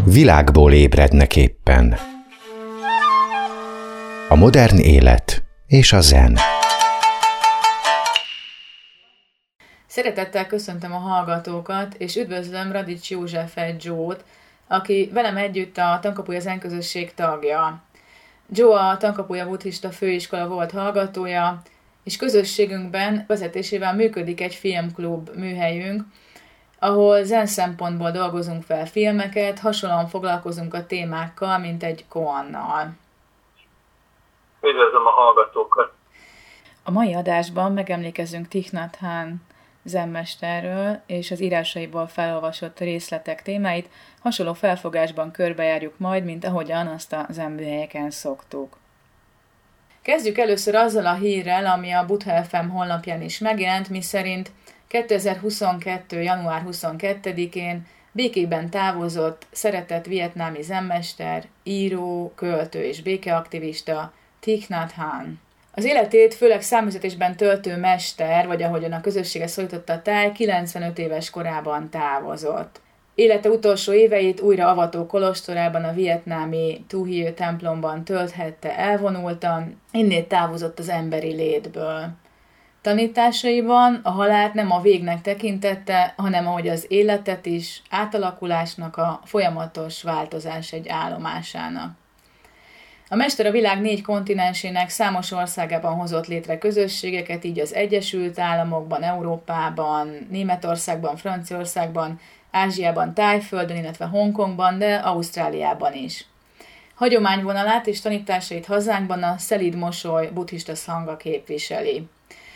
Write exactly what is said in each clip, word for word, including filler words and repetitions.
világból ébrednek éppen. A modern élet és a zen. Szeretettel köszöntöm a hallgatókat, és üdvözlöm Radics Józsefet, Joe-t, aki velem együtt a Tankapuja Zen közösség tagja. Joe a Tankapuja buddhista főiskola volt hallgatója, és közösségünkben vezetésével működik egy filmklub műhelyünk, ahol zen szempontból dolgozunk fel filmeket, hasonlóan foglalkozunk a témákkal, mint egy koannal. Üdvözlöm a hallgatókat! A mai adásban megemlékezünk Thich Nhat Hanh zenmesterről, és az írásaiból felolvasott részletek témáit hasonló felfogásban körbejárjuk majd, mint ahogyan azt a zen műhelyeken szoktuk. Kezdjük először azzal a hírrel, ami a Buddha ef em honlapján is megjelent, miszerint kétezer-huszonkettő. január huszonkettedikén békében távozott szeretett vietnámi zenmester, író, költő és békeaktivista Thich Nhat Hanh. Az életét főleg számüzetésben töltő mester, vagy ahogyan a közössége szólította a táj, kilencvenöt éves korában távozott. Élete utolsó éveit újra avató kolostorában, a vietnámi Tu Hieu templomban tölthette elvonultan, innét távozott az emberi létből. Tanításaiban a halált nem a végnek tekintette, hanem ahogy az életet is, átalakulásnak, a folyamatos változás egy állomásának. A mester a világ négy kontinensének számos országában hozott létre közösségeket, így az Egyesült Államokban, Európában, Németországban, Franciaországban, Ázsiában, Tájföldön, illetve Hongkongban, de Ausztráliában is. Hagyományvonalát és tanításait hazánkban a Szelíd Mosoly buddhista szangha képviseli.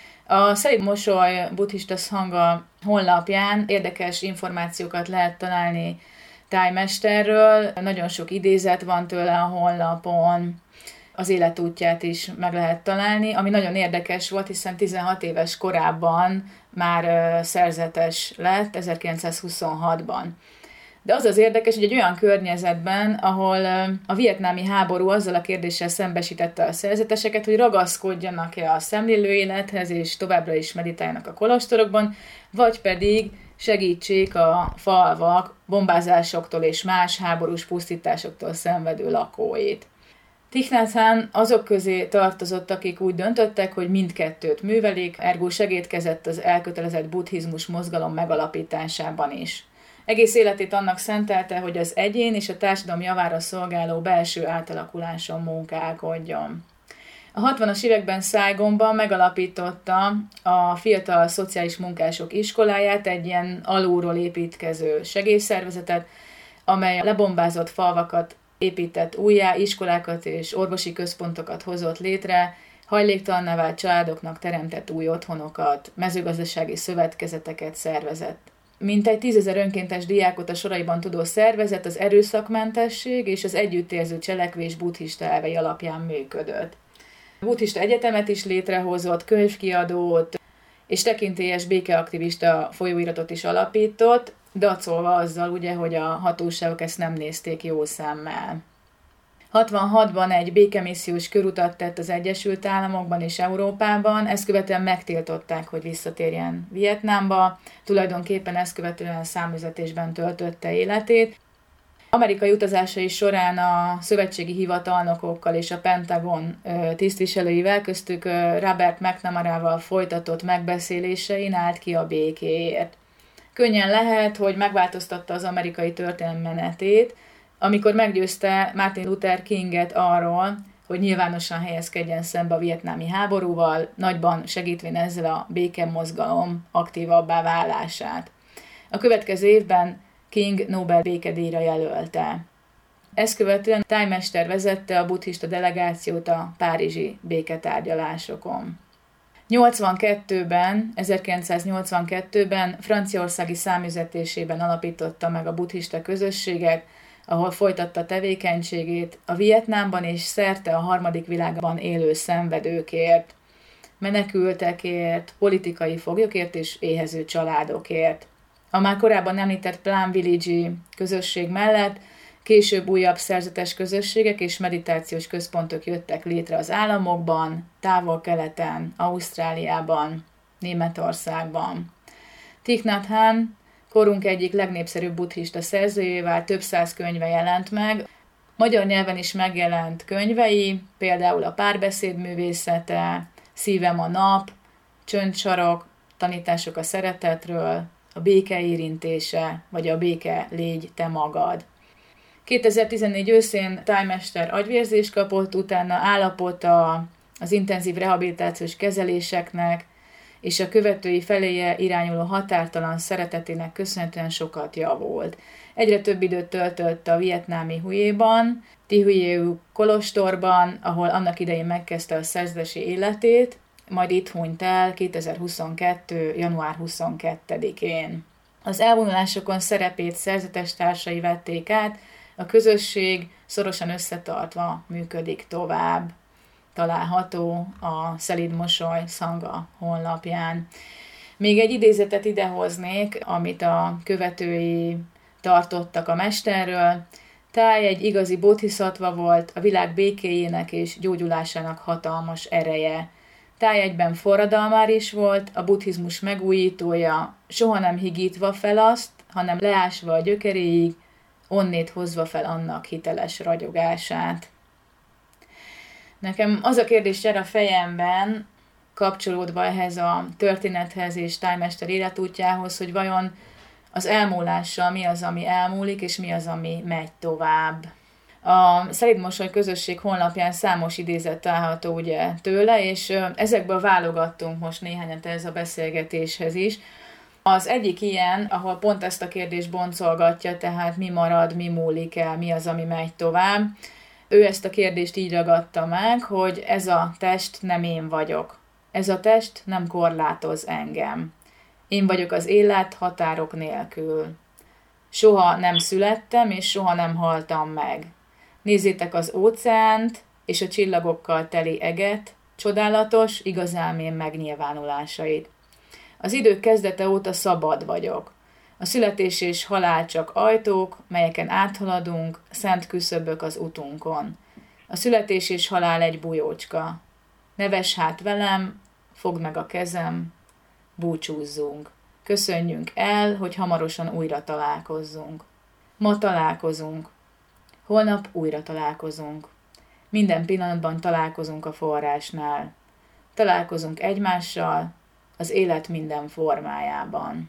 A Szelíd Mosoly buddhista szangha honlapján érdekes információkat lehet találni tájmesterről, nagyon sok idézet van tőle a honlapon, az életútját is meg lehet találni, ami nagyon érdekes volt, hiszen tizenhat éves korában már szerzetes lett, ezerkilencszázhuszonhatban. De az az érdekes, hogy egy olyan környezetben, ahol a vietnámi háború azzal a kérdéssel szembesítette a szerzeteseket, hogy ragaszkodjanak-e a szemlélő élethez, és továbbra is meditáljanak a kolostorokban, vagy pedig segítsék a falvak bombázásoktól és más háborús pusztításoktól szenvedő lakóit. Thich Nhat Hanh azok közé tartozott, akik úgy döntöttek, hogy mindkettőt művelik, ergo segédkezett az elkötelezett buddhizmus mozgalom megalapításában is. Egész életét annak szentelte, hogy az egyén és a társadalom javára szolgáló belső átalakuláson munkálkodjon. A hatvanas években Saigonban megalapította a fiatal szociális munkások iskoláját, egy ilyen alulról építkező segélyszervezetet, amely a lebombázott falvakat épített újjá, iskolákat és orvosi központokat hozott létre, hajléktalanná vált családoknak teremtett új otthonokat, mezőgazdasági szövetkezeteket szervezett. Mintegy tízezer önkéntes diákot a soraiban tudó szervezet az erőszakmentesség és az együttérző cselekvés buddhista elvei alapján működött. Buddhista egyetemet is létrehozott, könyvkiadót és tekintélyes békeaktivista folyóiratot is alapított, dacolva azzal ugye, hogy a hatóságok ezt nem nézték jó szemmel. hatvanhatban egy békemissziós körutat tett az Egyesült Államokban és Európában, ezt követően megtiltották, hogy visszatérjen Vietnámba, tulajdonképpen ezt követően számüzetésben töltötte életét. Amerikai utazásai során a szövetségi hivatalnokokkal és a Pentagon tisztviselőivel, köztük Robert McNamara-val folytatott megbeszélésein állt ki a békéért. Könnyen lehet, hogy megváltoztatta az amerikai történelem menetét, amikor meggyőzte Martin Luther Kinget arról, hogy nyilvánosan helyezkedjen szembe a vietnámi háborúval, nagyban segítvén ezzel a békemozgalom aktívabbá válását. A következő évben King Nobel békedíjra jelölte. Ezt követően tájmester vezette a buddhista delegációt a párizsi béketárgyalásokon. nyolcvankettőben, ezerkilencszáznyolcvankettőben franciaországi számüzetésében alapította meg a buddhista közösséget, ahol folytatta tevékenységét a Vietnámban és szerte a harmadik világban élő szenvedőkért, menekültekért, politikai foglyokért és éhező családokért. A már korábban említett Plum Village-i közösség mellett később újabb szerzetes közösségek és meditációs központok jöttek létre az államokban, távol-keleten, Ausztráliában, Németországban. Thich Nhat Hanh korunk egyik legnépszerűbb buddhista szerzőjével, több száz könyve jelent meg. Magyar nyelven is megjelent könyvei, például a Párbeszéd művészete, Szívem a nap, Csöndsarok, Tanítások a szeretetről, a béke érintése, vagy a béke légy te magad. kétezer-tizennégy őszén tájmester agyvérzést kapott, utána állapota az intenzív rehabilitációs kezeléseknek és a követői feléje irányuló határtalan szeretetének köszönhetően sokat javult. Egyre több időt töltött a vietnámi Hujéban, Thi Huieu kolostorban, ahol annak idején megkezdte a szerzetesi életét, majd itt hunyt el kétezer-huszonkettő. január huszonkettedikén. Az elvonulásokon szerepét szerzetes társai vették át, a közösség szorosan összetartva működik tovább. Található a Szelíd Mosoly Szanga honlapján. Még egy idézetet idehoznék, amit a követői tartottak a mesterről. Thai egy igazi bodhisattva volt, a világ békéjének és gyógyulásának hatalmas ereje. Thai egyben forradalmár is volt, a buddhizmus megújítója, soha nem higítva fel azt, hanem leásva a gyökeréig, onnét hozva fel annak hiteles ragyogását. Nekem az a kérdés jár a fejemben, kapcsolódva ehhez a történethez és tájmester életútjához, hogy vajon az elmúlással mi az, ami elmúlik, és mi az, ami megy tovább. A Szelíd Mosoly közösség honlapján számos idézet található ugye tőle, és ezekből válogattunk most néhányat ez a beszélgetéshez is. Az egyik ilyen, ahol pont ezt a kérdést boncolgatja, tehát mi marad, mi múlik el, mi az, ami megy tovább. Ő ezt a kérdést így ragadta meg, hogy ez a test nem én vagyok. Ez a test nem korlátoz engem. Én vagyok az élet határok nélkül. Soha nem születtem, és soha nem haltam meg. Nézzétek az óceánt, és a csillagokkal teli eget, csodálatos, igazálmén megnyilvánulásait. Az idők kezdete óta szabad vagyok. A születés és halál csak ajtók, melyeken áthaladunk, szent küszöbök az utunkon. A születés és halál egy bujócska. Ne vess hát velem, fogd meg a kezem, búcsúzzunk. Köszönjünk el, hogy hamarosan újra találkozzunk. Ma találkozunk. Holnap újra találkozunk. Minden pillanatban találkozunk a forrásnál. Találkozunk egymással, az élet minden formájában.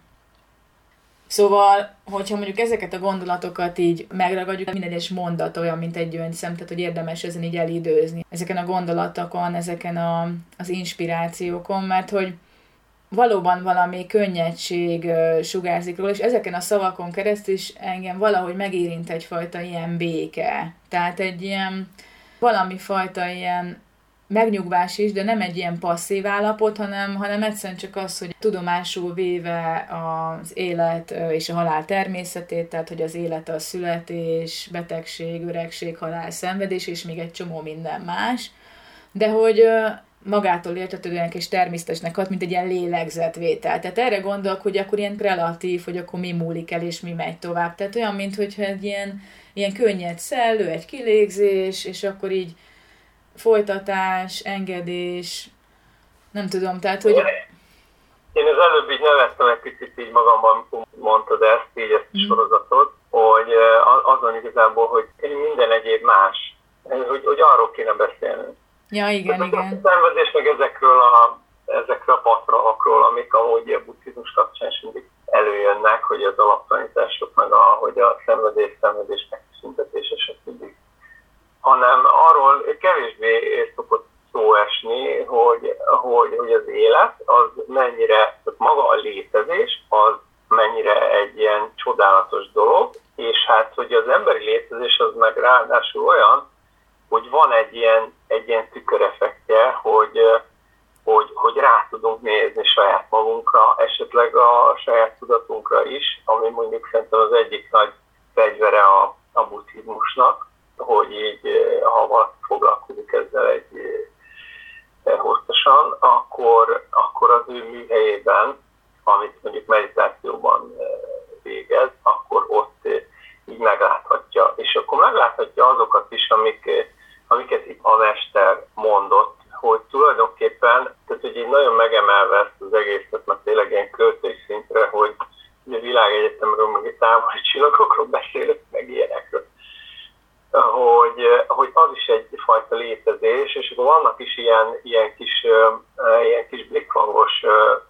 Szóval, hogyha mondjuk ezeket a gondolatokat így megragadjuk, minden egyes mondat olyan, mint egy gyöngyszem, tehát hogy érdemes ezen így elidőzni. Ezeken a gondolatokon, ezeken a, az inspirációkon, mert hogy valóban valami könnyedség sugárzik róla, és ezeken a szavakon keresztül is engem valahogy megérint egyfajta ilyen béke. Tehát egy ilyen, valami fajta ilyen megnyugvás is, de nem egy ilyen passzív állapot, hanem, hanem egyszerűen csak az, hogy tudomásul véve az élet és a halál természetét, tehát hogy az élet a születés, betegség, öregség, halál, szenvedés, és még egy csomó minden más, de hogy magától értetődőnek és természetesnek hat, mint egy ilyen lélegzetvétel. Tehát erre gondolok, hogy akkor ilyen relatív, hogy akkor mi múlik el, és mi megy tovább. Tehát olyan, mintha egy ilyen, ilyen könnyed szellő, egy kilégzés, és akkor így folytatás, engedés, nem tudom, tehát, hogy... Én az előbb így nevettem egy picit így magamban, amikor mondtad ezt, így ezt a sorozatot, hogy azon igazából, hogy minden egyéb más, hogy, hogy arról kéne beszélni. Ja, igen, ez igen. A szenvedés meg ezekről a, ezekről a patronokról, amik amúgy a buddhizmus kapcsán is mindig előjönnek, hogy az alaptanítások, meg a, hogy a szenvedés, szenvedés megszüntetése, stb. Hanem arról kevésbé szokott szó esni, hogy, hogy, hogy az élet az mennyire, maga a létezés, az mennyire egy ilyen csodálatos dolog, és hát, hogy az emberi létezés az meg ráadásul olyan, hogy van egy ilyen, egy ilyen tüköreffektje, hogy, hogy, hogy rá tudunk nézni saját magunkra, esetleg a saját tudatunkra is, ami mondjuk szerintem az egyik nagy fegyvere a, a buddhizmusnak, hogy így, ha valaki foglalkozik ezzel egy hosszasan, akkor, akkor az ő műhelyében, amit mondjuk meditációban végez, akkor ott így megláthatja. És akkor megláthatja azokat is, amik, amiket itt a mester mondott, hogy tulajdonképpen, tehát hogy így nagyon megemelve ezt az egészet, mert tényleg ilyen költői szintre, hogy, ugye világegyetemről, meg távoli csillagokról beszélünk, meg ilyenekről, hogy, hogy az is egyfajta létezés, és akkor vannak is ilyen, ilyen kis, ilyen kis blikkfangos,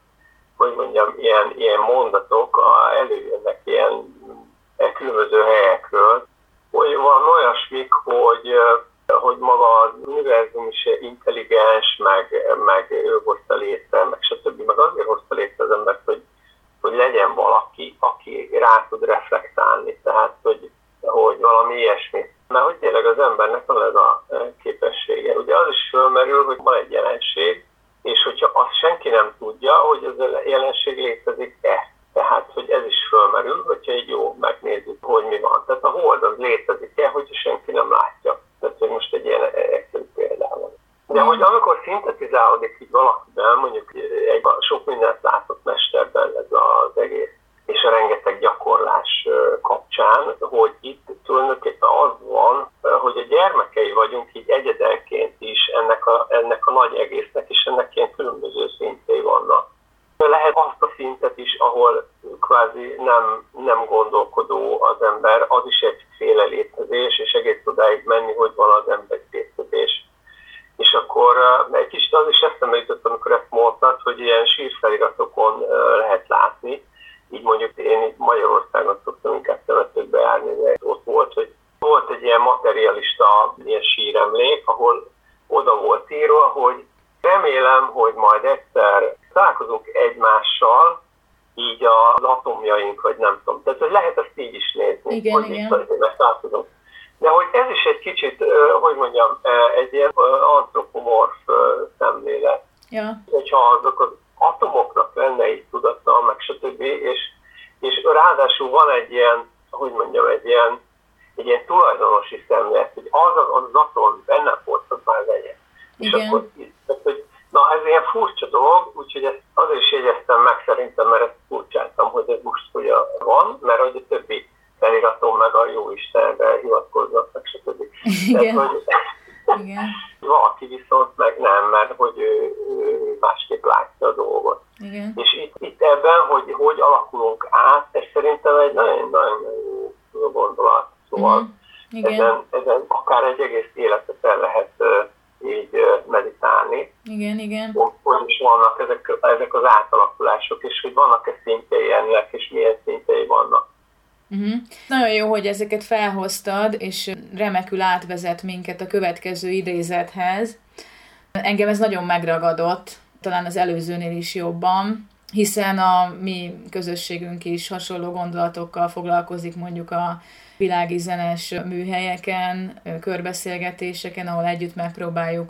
hogy mondjam, ilyen, ilyen mondatok, előjönnek ilyen különböző helyekről, hogy van olyasmik, hogy, hogy maga az univerzum is intelligens, meg, meg ő hozta létre, meg stb. Meg azért hozta létre az embert, hogy, hogy legyen valaki, aki rá tud reflektálni, tehát hogy, hogy valami ilyesmi. Mert hogy tényleg az embernek van ez a képessége. Ugye az is fölmerül, hogy van egy jelenség, és hogyha azt senki nem tudja, hogy ez a jelenség létezik-e. Tehát, hogy ez is fölmerül, hogyha így jó megnézzük, hogy mi van. Tehát a hold az létezik-e, hogyha senki nem látja. Tehát, hogy most egy ilyen egyszerű példával. De hogy amikor szintetizálódik így valakiben, mondjuk egy sok mindent látott mesterben ez az egész, és a rengeteg gyakorlás kapcsán, hogy itt tulajdonképpen az van, hogy a gyermekei vagyunk így egyedenként is ennek a, ennek a nagy egésznek, és ennek ilyen különböző szintjei vannak. Lehet azt a szintet is, ahol kvázi nem, nem gondolkodó az ember, az is egyféle létezés, és egész odáig menni, hogy van az ember létezés. És akkor egy kicsit az is eszembe jutott, amikor ezt mondtad, hogy ilyen sírfeliratokon lehet látni. Így mondjuk én itt Magyarországon szoktam inkább temetőkbe járni, de ott volt, hogy volt egy ilyen materialista ilyen síremlék, ahol oda volt írva, hogy remélem, hogy majd egyszer találkozunk egymással, így az atomjaink, vagy nem tudom. Tehát, hogy lehet ezt így is nézni, igen, hogy igen. itt találkozunk. De hogy ez is egy kicsit, hogy mondjam, egy ilyen antropomorf szemlélet. Ja. Hogyha azok az atomoknak lenne így tudata, meg stb. És, és ráadásul van egy ilyen, hogy mondjam, egy ilyen, egy ilyen tulajdonosi szemlélet, hogy az az, az atom benne volt, az már legyen. És akkor, tehát, hogy na, ez ilyen furcsa dolog, úgyhogy ezt azért is jegyeztem meg szerintem, mert ezt furcsáltam, hogy ez most ugye van, mert hogy a többi feliratom meg a Jóistenre hivatkoznak, meg stb. Igen. Tehát, hogy igen. valaki viszont meg nem, mert hogy ő, ő másképp látja a dolgot. Igen. És itt, itt ebben, hogy hogy alakulunk át, ez szerintem egy nagyon-nagyon jó gondolat. Szóval mm-hmm. ezen, ezen akár egy egész életet el lehet így meditálni. Igen, igen. Hogy is vannak ezek, ezek az átalakulások, és hogy vannak-e szintjei ennek, és milyen szintjei vannak. Uh-huh. Nagyon jó, hogy ezeket felhoztad, és remekül átvezet minket a következő idézethez. Engem ez nagyon megragadott, talán az előzőnél is jobban, hiszen a mi közösségünk is hasonló gondolatokkal foglalkozik, mondjuk a világi zenes műhelyeken, körbeszélgetéseken, ahol együtt megpróbáljuk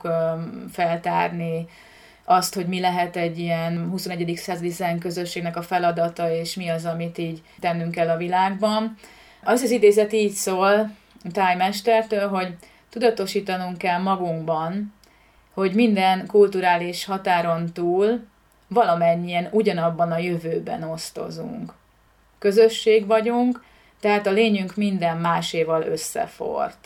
feltárni azt, hogy mi lehet egy ilyen huszonegyedik századi zenközösségnek a feladata, és mi az, amit így tennünk kell a világban. Az az idézet így szól tájmestertől, hogy tudatosítanunk kell magunkban, hogy minden kulturális határon túl valamennyien ugyanabban a jövőben osztozunk. Közösség vagyunk, tehát a lényünk minden máséval összefort.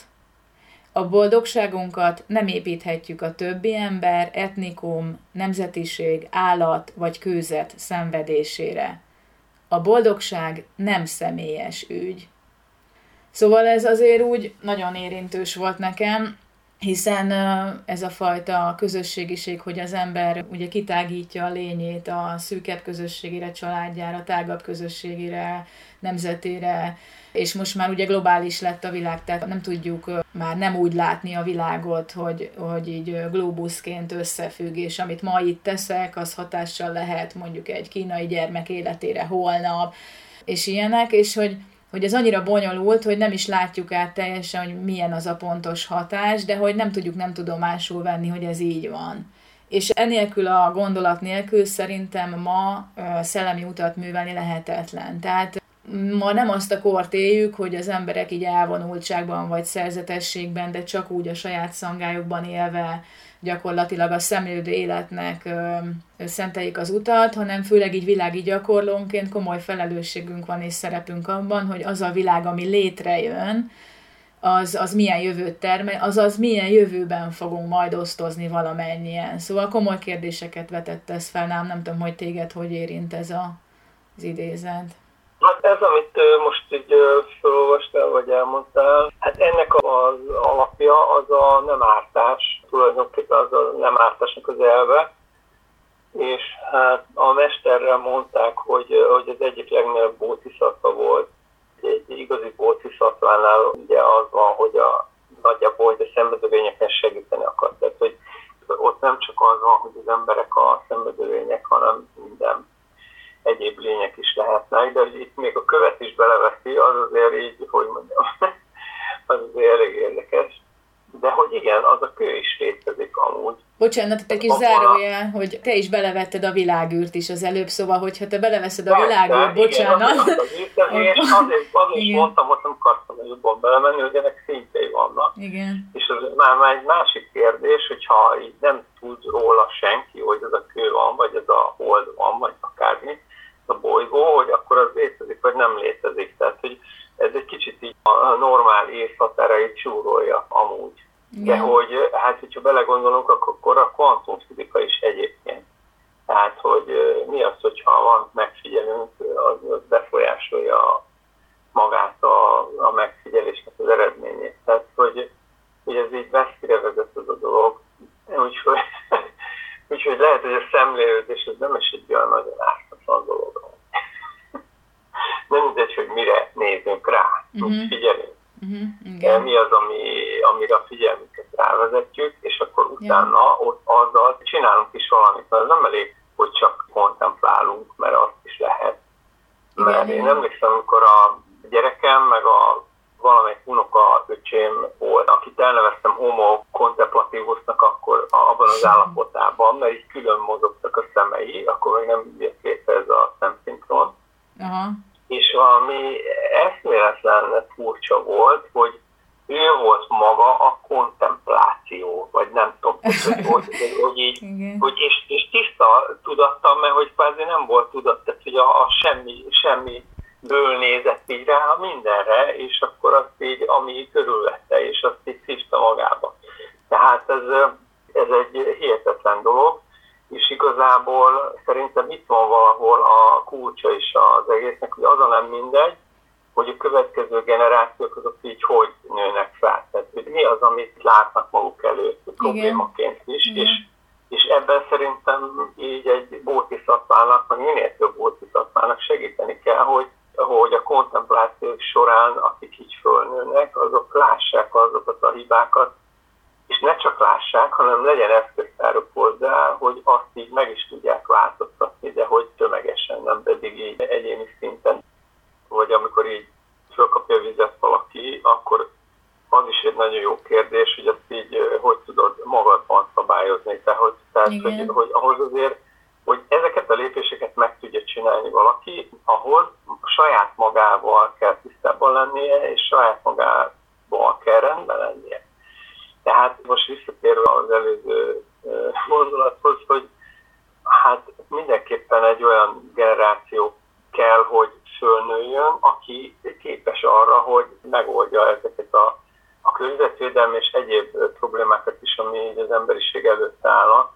A boldogságunkat nem építhetjük a többi ember, etnikum, nemzetiség, állat vagy kőzet szenvedésére. A boldogság nem személyes ügy. Szóval ez azért úgy nagyon érintős volt nekem, hiszen ez a fajta közösségiség, hogy az ember ugye kitágítja a lényét a szűkebb közösségére, családjára, tágabb közösségére, nemzetére, és most már ugye globális lett a világ, tehát nem tudjuk már nem úgy látni a világot, hogy, hogy így globuszként összefügg, és amit ma itt teszek, az hatással lehet mondjuk egy kínai gyermek életére holnap, és ilyenek, és hogy hogy ez annyira bonyolult, hogy nem is látjuk át teljesen, hogy milyen az a pontos hatás, de hogy nem tudjuk nem tudomásul venni, hogy ez így van. És enélkül a gondolat nélkül szerintem ma szellemi utat művelni lehetetlen. Tehát ma nem azt a kort éljük, hogy az emberek így elvonultságban vagy szerzetességben, de csak úgy a saját szangályukban élve gyakorlatilag a szemlélődő életnek ö, szenteljék az utat, hanem főleg így világi gyakorlónként komoly felelősségünk van és szerepünk abban, hogy az a világ, ami létrejön, az, az milyen jövőt termel, azaz milyen jövőben fogunk majd osztozni valamennyien. Szóval komoly kérdéseket vetett ez fel, nem, nem tudom, hogy téged hogy érint ez a, az idézet. ez, amit most így felolvastál, vagy elmondtál, hát ennek az alapja az a nem ártás, tulajdonképpen az a nem ártásnak az elve, és hát a mesterrel mondták, hogy, hogy az egyik legnagyobb bódhiszatva volt. Egy igazi bódhiszattvánál ugye az van, hogy a nagyjából, hogy a szenvedőlényeken segíteni akar. Tehát, hogy ott nem csak az van, hogy az emberek a szenvedőlények, hanem minden egyéb lények is lehetnek, de hogy itt még a követ is beleveszi, az azért így, hogy mondjam, az azért elég érdekes. De hogy igen, az a kő is létezik amúgy. Bocsánat, egy kis zárójel, hogy te is belevetted a világűrt is az előbb, szóval, hogyha te beleveszed a világűrt, bocsánat. Igen, az és azért, azért is mondtam, hogy nem akartam jobban belemenni, hogy ennek szintjei vannak. Igen. És az már, már egy másik kérdés, hogyha így nem tud róla senki, hogy ez a kő van, vagy ez a hold van, vagy akármi, a bolygó, hogy akkor az létezik, vagy nem létezik. Tehát, hogy ez egy kicsit így a normál észhatárait súrolja amúgy. De yeah. hogy, hát, hogyha belegondolunk, akkor a kvantumfizika is egyébként. Tehát, hogy mi az, hogyha van megfigyelünk, az, az befolyásolja magát a, a megfigyelésnek az eredményét. Tehát, hogy, hogy ez így messzire vezet az a dolog. Úgyhogy, úgyhogy lehet, hogy a szemlélődés ez nem is egy olyan nagyon ártatlan dolog. Nem mindegy, hogy mire nézünk rá, uh-huh. úgy figyelünk. Uh-huh. Mi az, ami, amire a figyelmünket rávezetjük, és akkor utána yeah. ott azzal csinálunk is valamit, mert nem elég, hogy csak kontemplálunk, mert azt is lehet. Mert igen, én igen. emlékszem, amikor a gyerekem, meg a valamelyik unoka öcsém volt, akit elneveztem homo contemplatívusnak akkor abban az állapotában, mert így külön mozogtak a szemei, akkor még nem jött létre ez a szemszinkron. Uh-huh. És valami eszméletlen furcsa volt, hogy ő volt maga a kontempláció, vagy nem tudom, hogy, hogy, hogy így, hogy és, és tiszta tudattam, mert hogy kvázi nem volt tudat, tehát hogy a, a semmi, semmiből nézett így rá mindenre, és akkor azt így, ami körülvette, és azt így szívta magába. Tehát ez, ez egy hihetetlen dolog, és igazából szerintem itt van valahol a kulcsa is az egésznek, hogy az a nem mindegy, hogy a következő generációk azok így hogy nőnek fel. Tehát, hogy mi az, amit látnak maguk előtt problémaként is, és, és ebben szerintem így egy bódhiszatvának, meg minél több bódhiszatvának segíteni kell, hogy, hogy a kontemplációk során, akik így fölnőnek, azok lássák azokat a hibákat, és ne csak lássák, hanem legyen eszköztáruk hozzá, hogy azt így meg is tudják változtatni, de hogy tömegesen, nem pedig így egyéni szinten. Vagy amikor így fölkapja a vizet valaki, akkor az is egy nagyon jó kérdés, hogy azt így hogy tudod magadban szabályozni. Tehát, hogy, tehát, hogy, hogy ahhoz azért, hogy ezeket a lépéseket meg tudja csinálni valaki, ahhoz saját magával kell tisztában lennie, és saját magával kell rendben lennie. Tehát most visszatérve az előző gondolathoz, hogy hát mindenképpen egy olyan generáció kell, hogy fölnőjön, aki képes arra, hogy megoldja ezeket a, a környezetvédelmi és egyéb problémákat is, ami az emberiség előtt állnak,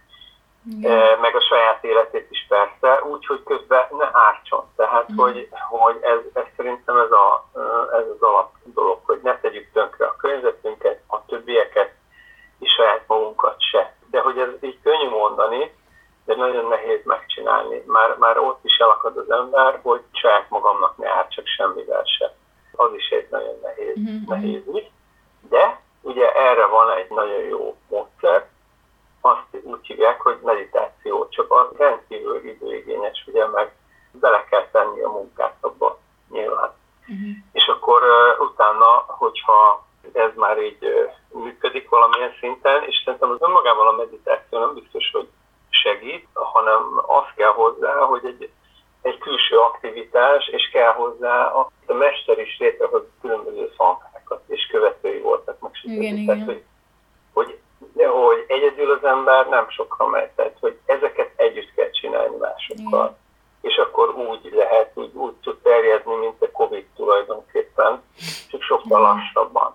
yeah. meg a saját életét is persze, úgy, hogy közben ne ártson. Tehát, mm. hogy, hogy ez, ez szerintem ez, a, ez az alap dolog, hogy ne tegyük tönkre a környezetünket, a többieket, és saját magunkat se. De hogy ez így könnyű mondani, de nagyon nehéz megcsinálni. Már, már ott is elakad az ember, hogy saját magamnak ne ártsak semmivel se. Az is egy nagyon nehéz, mm-hmm. nehéz ügy. De ugye erre van egy nagyon jó módszer, azt úgy hívják, hogy meditáció, csak az rendkívül időigényes, ugye, meg bele kell tenni a munkát abba nyilván. Uh-huh. És akkor uh, utána, hogyha ez már így uh, működik valamilyen szinten, és szerintem az önmagában a meditáció nem biztos, hogy segít, hanem az kell hozzá, hogy egy, egy külső aktivitás, és kell hozzá a, a mester is létrehoz különböző szankákat, és követői voltak meg. Igen, tehát, igen. hogy, hogy de hogy egyedül az ember nem sokra megy, tehát hogy ezeket együtt kell csinálni másokkal. Mm. És akkor úgy lehet, úgy, úgy tud terjedni, mint a Covid tulajdonképpen, csak sokkal mm. lassabban.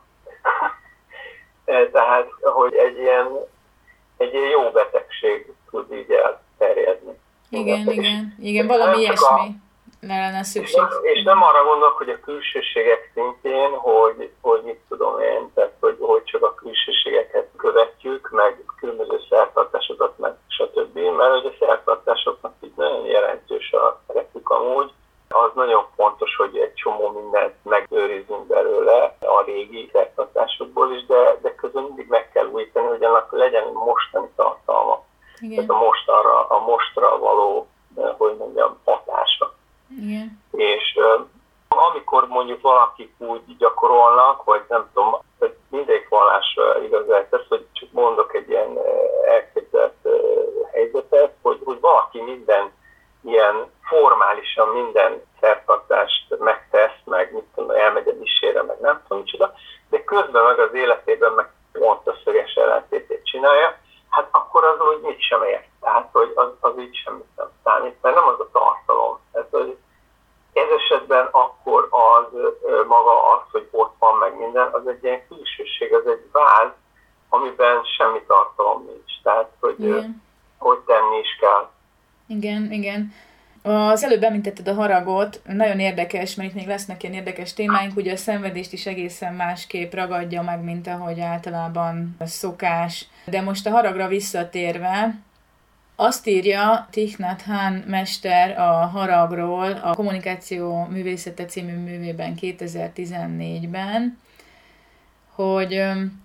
Tehát, hogy egy ilyen, egy ilyen jó betegség tud így elterjedni. Igen, igen, igen, valami ilyesmi. lenne szükség. És nem, és nem arra gondolok, hogy a külsőségek szintjén, hogy, hogy mit tudom én, tehát hogy, hogy csak a külsőségeket követjük, meg különböző szertartásokat, meg stb. Mert hogy a szertartásoknak így nagyon jelentős a szerepük amúgy. Az nagyon fontos, hogy egy csomó mindent megőrizzünk belőle a régi szertartásokból is, de, de közben mindig meg kell újítani, hogy annak legyen mostani tartalma. Igen. Tehát a mostanra, a mostra való, hogy mondjam, hatása. Igen. És uh, amikor mondjuk valakik úgy gyakorolnak, vagy nem tudom, mindegyik vallás uh, igaz ez, hogy csak mondok egy ilyen uh, elképzelt uh, helyzetet, hogy, hogy valaki minden ilyen formálisan minden szertartást megtesz, meg mit tudom, elmegy a misére, meg nem tudom micsoda, de közben meg az életében meg pont a szöges ellentétét csinálja, hát akkor az úgy mit sem ért. Tehát, hogy az, az így semmit nem számít, mert nem az a tartalom. Tehát, hogy ez esetben akkor az maga az, hogy ott van meg minden, az egy ilyen külsőség, az egy váz, amiben semmi tartalom nincs. Tehát, hogy, igen. hogy tenni is kell. Igen, igen. Az előbb említetted a haragot, nagyon érdekes, mert itt még lesznek ilyen érdekes témáink, ugye a szenvedést is egészen másképp ragadja meg, mint ahogy általában szokás. De most a haragra visszatérve, azt írja Thich Nhat Hanh mester a haragról a Kommunikáció művészete című művében kétezer-tizennégyben, hogy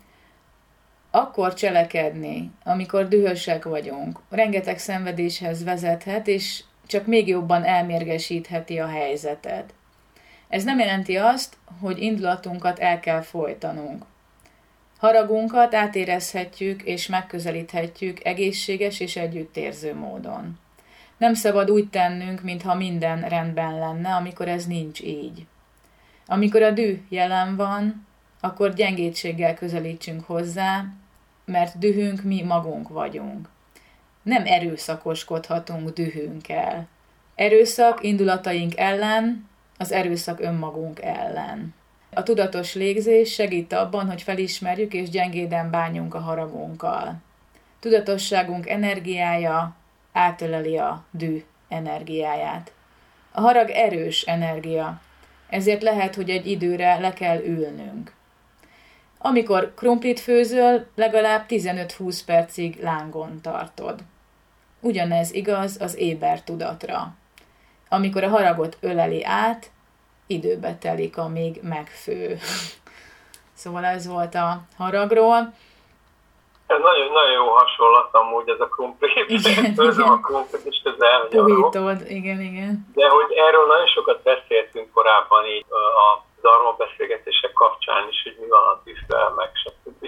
akkor cselekedni, amikor dühösek vagyunk, rengeteg szenvedéshez vezethet, és csak még jobban elmérgesítheti a helyzetet. Ez nem jelenti azt, hogy indulatunkat el kell folytanunk. Haragunkat átérezhetjük és megközelíthetjük egészséges és együttérző módon. Nem szabad úgy tennünk, mintha minden rendben lenne, amikor ez nincs így. Amikor a düh jelen van, akkor gyengétséggel közelítsünk hozzá, mert dühünk mi magunk vagyunk. Nem erőszakoskodhatunk dühünkkel. Erőszak indulataink ellen, az erőszak önmagunk ellen. A tudatos légzés segít abban, hogy felismerjük és gyengéden bánjunk a haragunkkal. Tudatosságunk energiája átöleli a düh energiáját. A harag erős energia, ezért lehet, hogy egy időre le kell ülnünk. Amikor krumplit főzöl, legalább tizenöt-húsz percig lángon tartod. Ugyanez igaz az éber tudatra. Amikor a haragot öleli át, időbe telik, amíg megfő. Szóval ez volt a haragról. Ez nagyon, nagyon jó hasonlat amúgy ez a krumplit. Főzöm a krumplit, és ez elmegy. Igen, igen. De hogy erről nagyon sokat beszéltünk korábban így a dharma beszélgetések kapcsán is, hogy mi van a tűzvel, meg stb.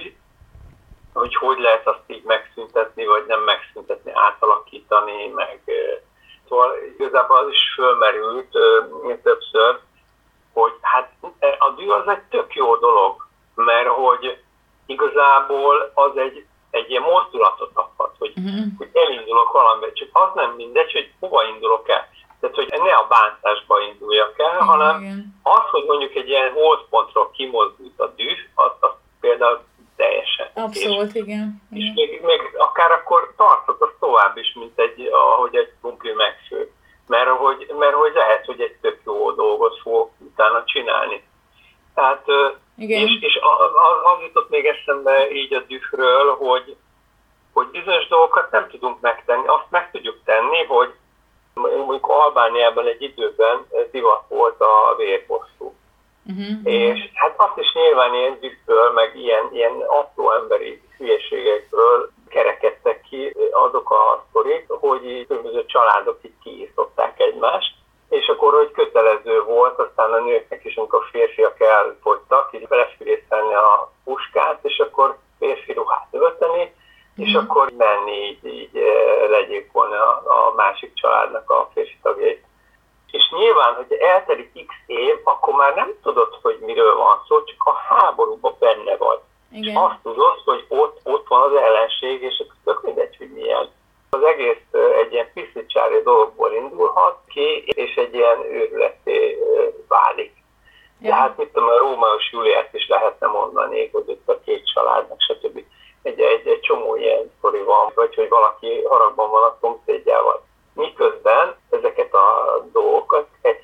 Hogy hogy lehet azt így megszüntetni, vagy nem megszüntetni, átalakítani, meg szóval igazából az is fölmerült többször, hogy hát a düh az egy tök jó dolog, mert hogy igazából az egy, egy ilyen mozdulatot adhat, hogy, uh-huh. hogy elindulok valamivel, csak az nem mindegy, hogy hova indulok el. Tehát, hogy ne a bántásba induljak el, uh-huh. hanem az, hogy mondjuk egy ilyen holdpontról kimozdult a düh, az, az például teljesen. Abszolút, és, igen. És igen. még, még akár akkor tartott az tovább is, mint egy, ahogy egy krumpli megfő. Mert hogy, mert hogy lehet, hogy egy tök jó dolgot fog utána csinálni. Tehát, igen. és, és az, az jutott még eszembe így a dühről, hogy, hogy bizonyos dolgokat nem tudunk megtenni. Azt meg tudjuk tenni, hogy mondjuk Albániában egy időben divat volt a vérbosszú. Uh-huh. És hát azt is nyilván ilyen dühből, meg ilyen, ilyen apró emberi hülyeségekből kerekedtek ki azok a sztorik, hogy különböző családok így kiírtották egymást, és akkor, hogy kötelező volt, aztán a nőknek is, amikor a férfiak elfogytak, így belefűrészelni a puskát, és akkor férfi ruhát ölteni, mm. és akkor menni így, így legyilkolni a, a másik családnak a férfi tagjait. És nyilván, hogy eltelik x év, akkor már nem tudod, hogy miről van szó, csak a háborúban benne vagy. Igen. És azt tudod, hogy ott, ott van az ellenség, és akkor tök mindegy, hogy milyen. Az egész egy ilyen piszlicsári dologból indulhat ki, és egy ilyen őrületté válik. Ja. Tehát mit tudom, a Rómeus Júliát is lehetne mondani, hogy ott a két családnak, stb. Egy, egy, egy csomó ilyen sztori van, vagy hogy valaki haragban van a szomszédjával. Miközben ezeket a dolgokat egy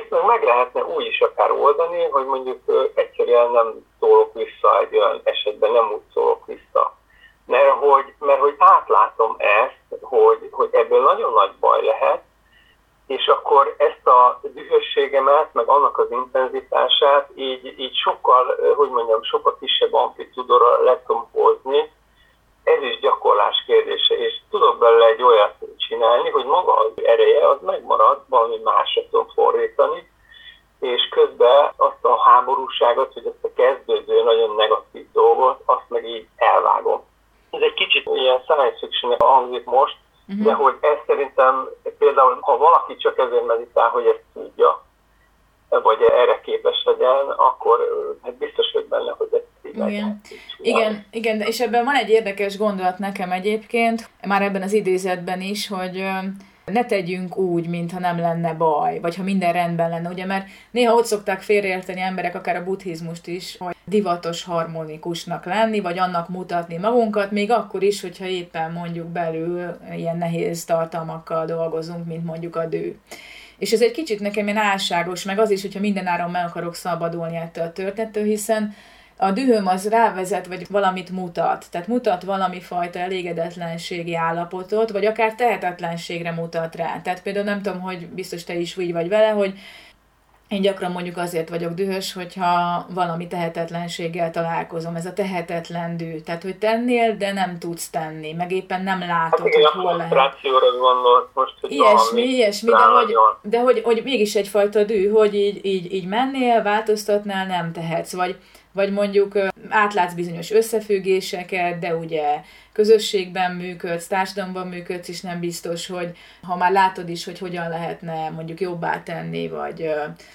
ezt meg, meg lehetne úgy is akár oldani, hogy mondjuk egyszerűen nem szólok vissza egy olyan esetben, nem úgy szólok vissza. Mert hogy, mert hogy átlátom ezt, hogy, hogy ebből nagyon nagy baj lehet, és akkor ezt a dühösségemet, meg annak az intenzitását így, így sokkal, hogy mondjam, sokkal kisebb amplitúdóra le tudom hozni. Ez is gyakorlás kérdése, és tudok belőle egy olyat csinálni, hogy maga az ereje az megmarad, valami másra tudom fordítani, és közben azt a háborúságot, vagy azt a kezdődő, nagyon negatív dolgot, azt meg így elvágom. Ez egy kicsit ilyen science fiction-nek hangzik most, uh-huh. de hogy ez szerintem például, ha valaki csak ezért meditál, hogy ezt tudja, vagy erre képes legyen, akkor hát biztos vagy benne, hogy ezt így igen. legyen. Igen, igen, és ebben van egy érdekes gondolat nekem egyébként, már ebben az idézetben is, hogy ne tegyünk úgy, mintha nem lenne baj, vagy ha minden rendben lenne, ugye, mert néha ott szokták félreérteni emberek, akár a buddhizmust is, hogy divatos harmonikusnak lenni, vagy annak mutatni magunkat, még akkor is, hogyha éppen mondjuk belül ilyen nehéz tartalmakkal dolgozunk, mint mondjuk a dű. És ez egy kicsit nekem ilyen álságos, meg az is, hogyha mindenáron meg akarok szabadulni ettől a történettől, hiszen a dühöm az rávezet, vagy valamit mutat. Tehát mutat valami fajta elégedetlenségi állapotot, vagy akár tehetetlenségre mutat rá. Tehát például nem tudom, hogy biztos te is úgy vagy vele, hogy én gyakran mondjuk azért vagyok dühös, hogyha valami tehetetlenséggel találkozom. Ez a tehetetlen düh. Tehát, hogy tennél, de nem tudsz tenni. Meg éppen nem látod, hát igen, hogy hol lehet. Frusztrációra gondolt most, hogy ilyesmi, ilyesmi, de, hogy, de hogy, hogy mégis egyfajta düh, hogy így, így, így mennél, változtatnál, nem tehetsz. Vagy vagy mondjuk átlátsz bizonyos összefüggéseket, de ugye közösségben működsz, társadalomban működsz, és nem biztos, hogy ha már látod is, hogy hogyan lehetne mondjuk jobbá tenni, vagy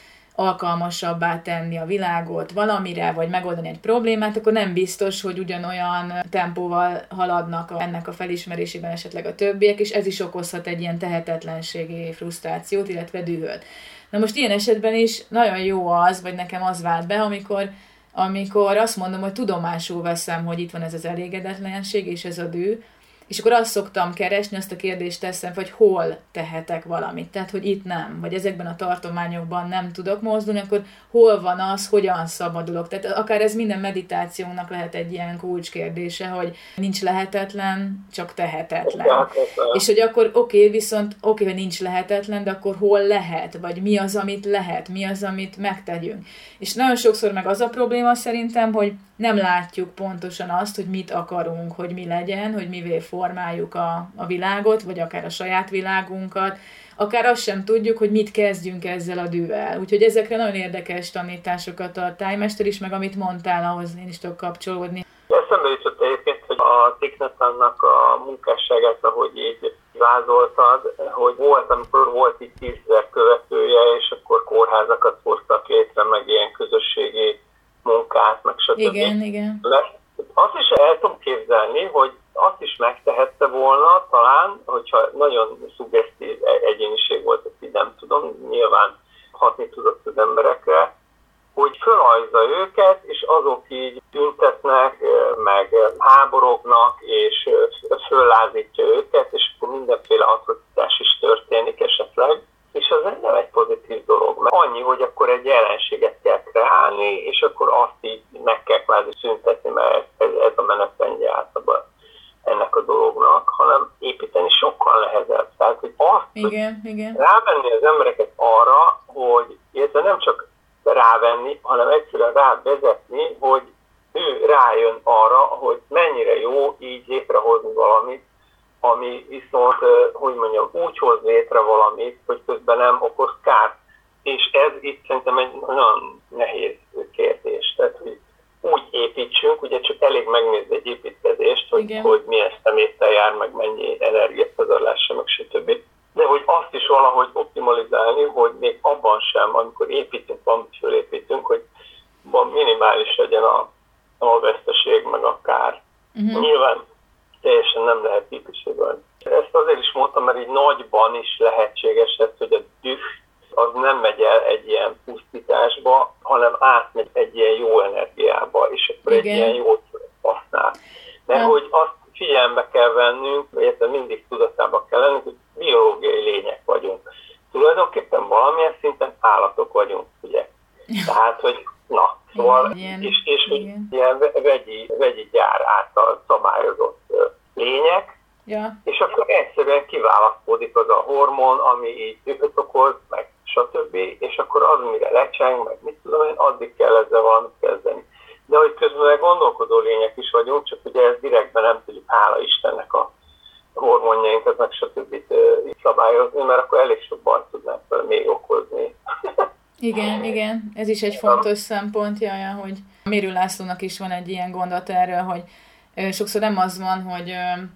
alkalmasabbá tenni a világot valamire, vagy megoldani egy problémát, akkor nem biztos, hogy ugyanolyan tempóval haladnak ennek a felismerésében esetleg a többiek, és ez is okozhat egy ilyen tehetetlenségi frusztrációt, illetve dühöt. Na most ilyen esetben is nagyon jó az, vagy nekem az vált be, amikor amikor azt mondom, hogy tudomásul veszem, hogy itt van ez az elégedetlenség és ez a düh, és akkor azt szoktam keresni, azt a kérdést teszem, hogy hol tehetek valamit. Tehát, hogy itt nem, vagy ezekben a tartományokban nem tudok mozdulni, akkor hol van az, hogyan szabadulok. Tehát akár ez minden meditációnak lehet egy ilyen kulcskérdése, hogy nincs lehetetlen, csak tehetetlen. Ja, és hogy akkor oké, okay, viszont oké, okay, hogy nincs lehetetlen, de akkor hol lehet, vagy mi az, amit lehet, mi az, amit megtegyünk. És nagyon sokszor meg az a probléma szerintem, hogy nem látjuk pontosan azt, hogy mit akarunk, hogy mi legyen, hogy mivé formáljuk a, a világot, vagy akár a saját világunkat, akár azt sem tudjuk, hogy mit kezdjünk ezzel a dühvel. Úgyhogy ezekre nagyon érdekes tanításokat a tájmester is, meg amit mondtál, ahhoz én is tudok kapcsolódni. Eszembe jutott egyébként, hogy a Thich Nhat Hanhnak a munkásságát, ahogy így vázoltad, hogy volt, amikor volt itt tízezer követője, és akkor kórházakat hoztak létre, meg ilyen közösségi munkát, meg stb. Igen, igen. Azt is el tudom képzelni, hogy azt is megtehette volna talán, hogyha nagyon szuggesztív egyéniség volt, ezt így nem tudom, nyilván hatni tudott az emberekre, hogy fölhajzza őket, és azok így tüntetnek, meg háborognak, és föllázítja őket, és akkor mindenféle atrocitás is történik esetleg. És az nem egy pozitív dolog, mert annyi, hogy akkor egy jelenséget kell kreálni, és akkor azt így meg kell kvázi szüntetni, mert ez, ez a menetrendje általában ennek a dolognak, hanem építeni sokkal nehezebb. Tehát, hogy azt igen, igen. rávenni az embereket arra, hogy illetve nem csak rávenni, hanem egyszerűen rávezetni, hogy ő rájön arra, hogy mennyire jó így létrehozni valamit, ami viszont, hogy mondjam, úgy hoz létre valamit, hogy közben nem okoz kárt. És ez itt szerintem egy nagyon nehéz kérdés. Tehát, hogy úgy építsünk, ugye csak elég megnézni egy építkezést, hogy, hogy milyen szeméttel jár, meg mennyi energiapazarlása, meg stb. De hogy azt is valahogy optimalizálni, hogy még abban sem, amikor építünk, valamit fölépítünk, hogy minimális legyen a, a veszteség, meg a kár. Uh-huh. Nyilván teljesen nem lehet építségben. Ezt azért is mondtam, mert így nagyban is lehetséges ez, hogy a düh az nem megy el egy ilyen pusztításba, hanem átmegy egy ilyen jó energiába, és akkor igen. Egy ilyen jót használ. Mert hogy azt figyelembe kell vennünk, illetve mindig tudatában kell lennünk, hogy biológiai lények vagyunk. Tulajdonképpen valamilyen szinten állatok robotok vagyunk, ugye. Tehát, hogy na, szóval, igen, és, és hogy igen. ilyen vegyi, vegyi gyár által szabályozott lények, ja. és akkor egyszerűen kiválasztódik az a hormon, ami így dühöt okoz, meg stb., és akkor az, mire lecseng, meg mit tudom én, addig kell ezzel valamit kezdeni. De hogy közben gondolkodó lények is vagyunk, csak ugye ezt direktben nem tudjuk, hála Istennek, a hormonjainkat, meg stb. Szabályozni, mert akkor elég sok bajt tudnánk vele még okozni. Igen, igen, ez is egy fontos szempont, jaja, hogy Mérő Lászlónak is van egy ilyen gondolat erről, hogy sokszor nem az van, hogy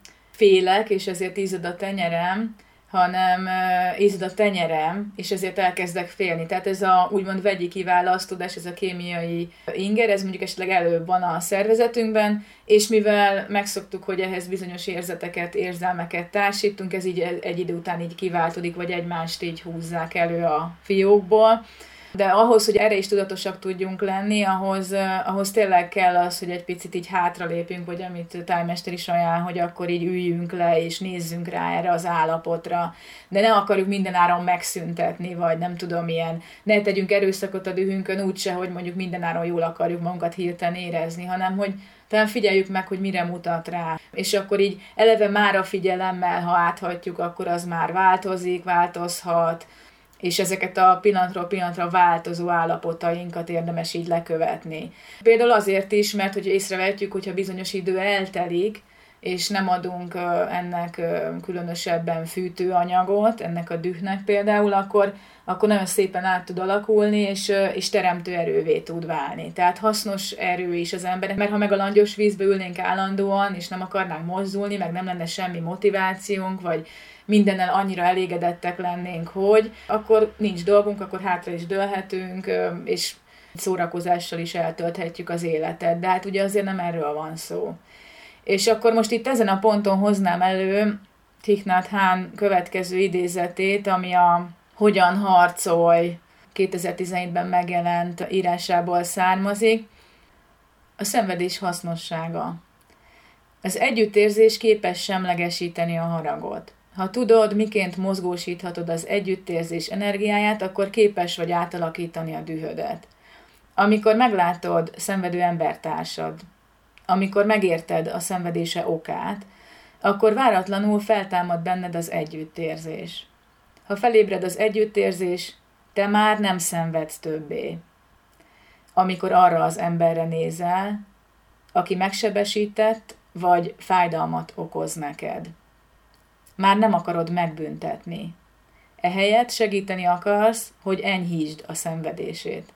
félek, és ezért izzad a tenyerem, hanem izzad a tenyerem, és ezért elkezdek félni. Tehát ez a úgymond vegyi kiválasztódás, ez a kémiai inger, ez mondjuk esetleg előbb van a szervezetünkben, és mivel megszoktuk, hogy ehhez bizonyos érzeteket, érzelmeket társítunk, ez így egy idő után így kiváltodik, vagy egymást így húzzák elő a fiókból. De ahhoz, hogy erre is tudatosak tudjunk lenni, ahhoz, ahhoz tényleg kell az, hogy egy picit így hátralépünk, vagy amit tájmester is ajánl, hogy akkor így üljünk le, és nézzünk rá erre az állapotra. De ne akarjuk mindenáron megszüntetni, vagy nem tudom milyen, ne tegyünk erőszakot a dühünkön úgyse, hogy mondjuk mindenáron jól akarjuk magunkat hirtelen érezni, hanem hogy talán figyeljük meg, hogy mire mutat rá. És akkor így eleve már a figyelemmel, ha áthatjuk, akkor az már változik, változhat, és ezeket a pillanatról pillanatra változó állapotainkat érdemes így lekövetni. Például azért is, mert hogy észrevehetjük, hogyha bizonyos idő eltelik, és nem adunk ennek különösebben fűtőanyagot, ennek a dühnek például, akkor, akkor nagyon szépen át tud alakulni, és, és teremtő erővé tud válni. Tehát hasznos erő is az embernek, mert ha meg a langyos vízbe ülnénk állandóan, és nem akarnánk mozdulni, meg nem lenne semmi motivációnk, vagy mindennel annyira elégedettek lennénk, hogy akkor nincs dolgunk, akkor hátra is dőlhetünk, és szórakozással is eltölthetjük az életet. De hát ugye azért nem erről van szó. És akkor most itt ezen a ponton hoznám elő Thich Nhat Hanh következő idézetét, ami a Hogyan harcolj kétezer-tizenhétben megjelent írásából származik. A szenvedés hasznossága. Az együttérzés képes semlegesíteni a haragot. Ha tudod, miként mozgósíthatod az együttérzés energiáját, akkor képes vagy átalakítani a dühödet. Amikor meglátod szenvedő embertársad, amikor megérted a szenvedése okát, akkor váratlanul feltámad benned az együttérzés. Ha felébred az együttérzés, te már nem szenvedsz többé. Amikor arra az emberre nézel, aki megsebesített, vagy fájdalmat okoz neked. Már nem akarod megbüntetni. Ehelyett segíteni akarsz, hogy enyhítsd a szenvedését.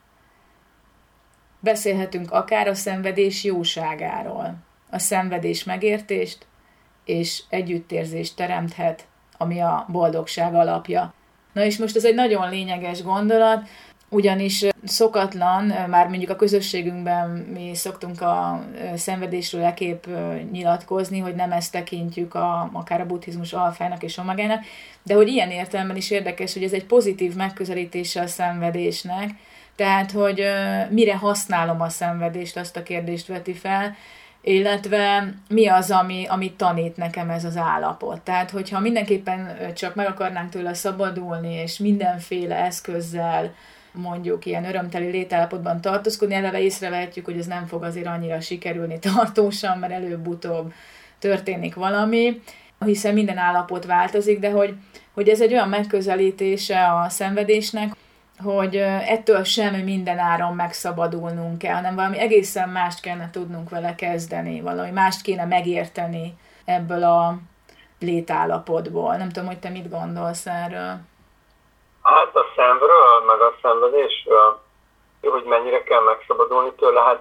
Beszélhetünk akár a szenvedés jóságáról. A szenvedés megértést és együttérzést teremthet, ami a boldogság alapja. Na és most ez egy nagyon lényeges gondolat, ugyanis szokatlan, már mondjuk a közösségünkben mi szoktunk a szenvedésről leképp nyilatkozni, hogy nem ezt tekintjük a, akár a buddhizmus alfájának és omegának, de hogy ilyen értelemben is érdekes, hogy ez egy pozitív megközelítése a szenvedésnek, tehát, hogy mire használom a szenvedést, azt a kérdést veti fel, illetve mi az, ami, ami tanít nekem ez az állapot. Tehát, hogyha mindenképpen csak meg akarnánk tőle szabadulni, és mindenféle eszközzel mondjuk ilyen örömteli létállapotban tartózkodni, eleve észrevehetjük, hogy ez nem fog azért annyira sikerülni tartósan, mert előbb-utóbb történik valami, hiszen minden állapot változik, de hogy, hogy ez egy olyan megközelítése a szenvedésnek, hogy ettől sem minden áron megszabadulnunk kell, hanem valami egészen mást kellene tudnunk vele kezdeni, valami mást kéne megérteni ebből a létállapotból. Nem tudom, hogy te mit gondolsz erről. Hát a szemről, meg a szenvedésről, hogy mennyire kell megszabadulni tőle, hát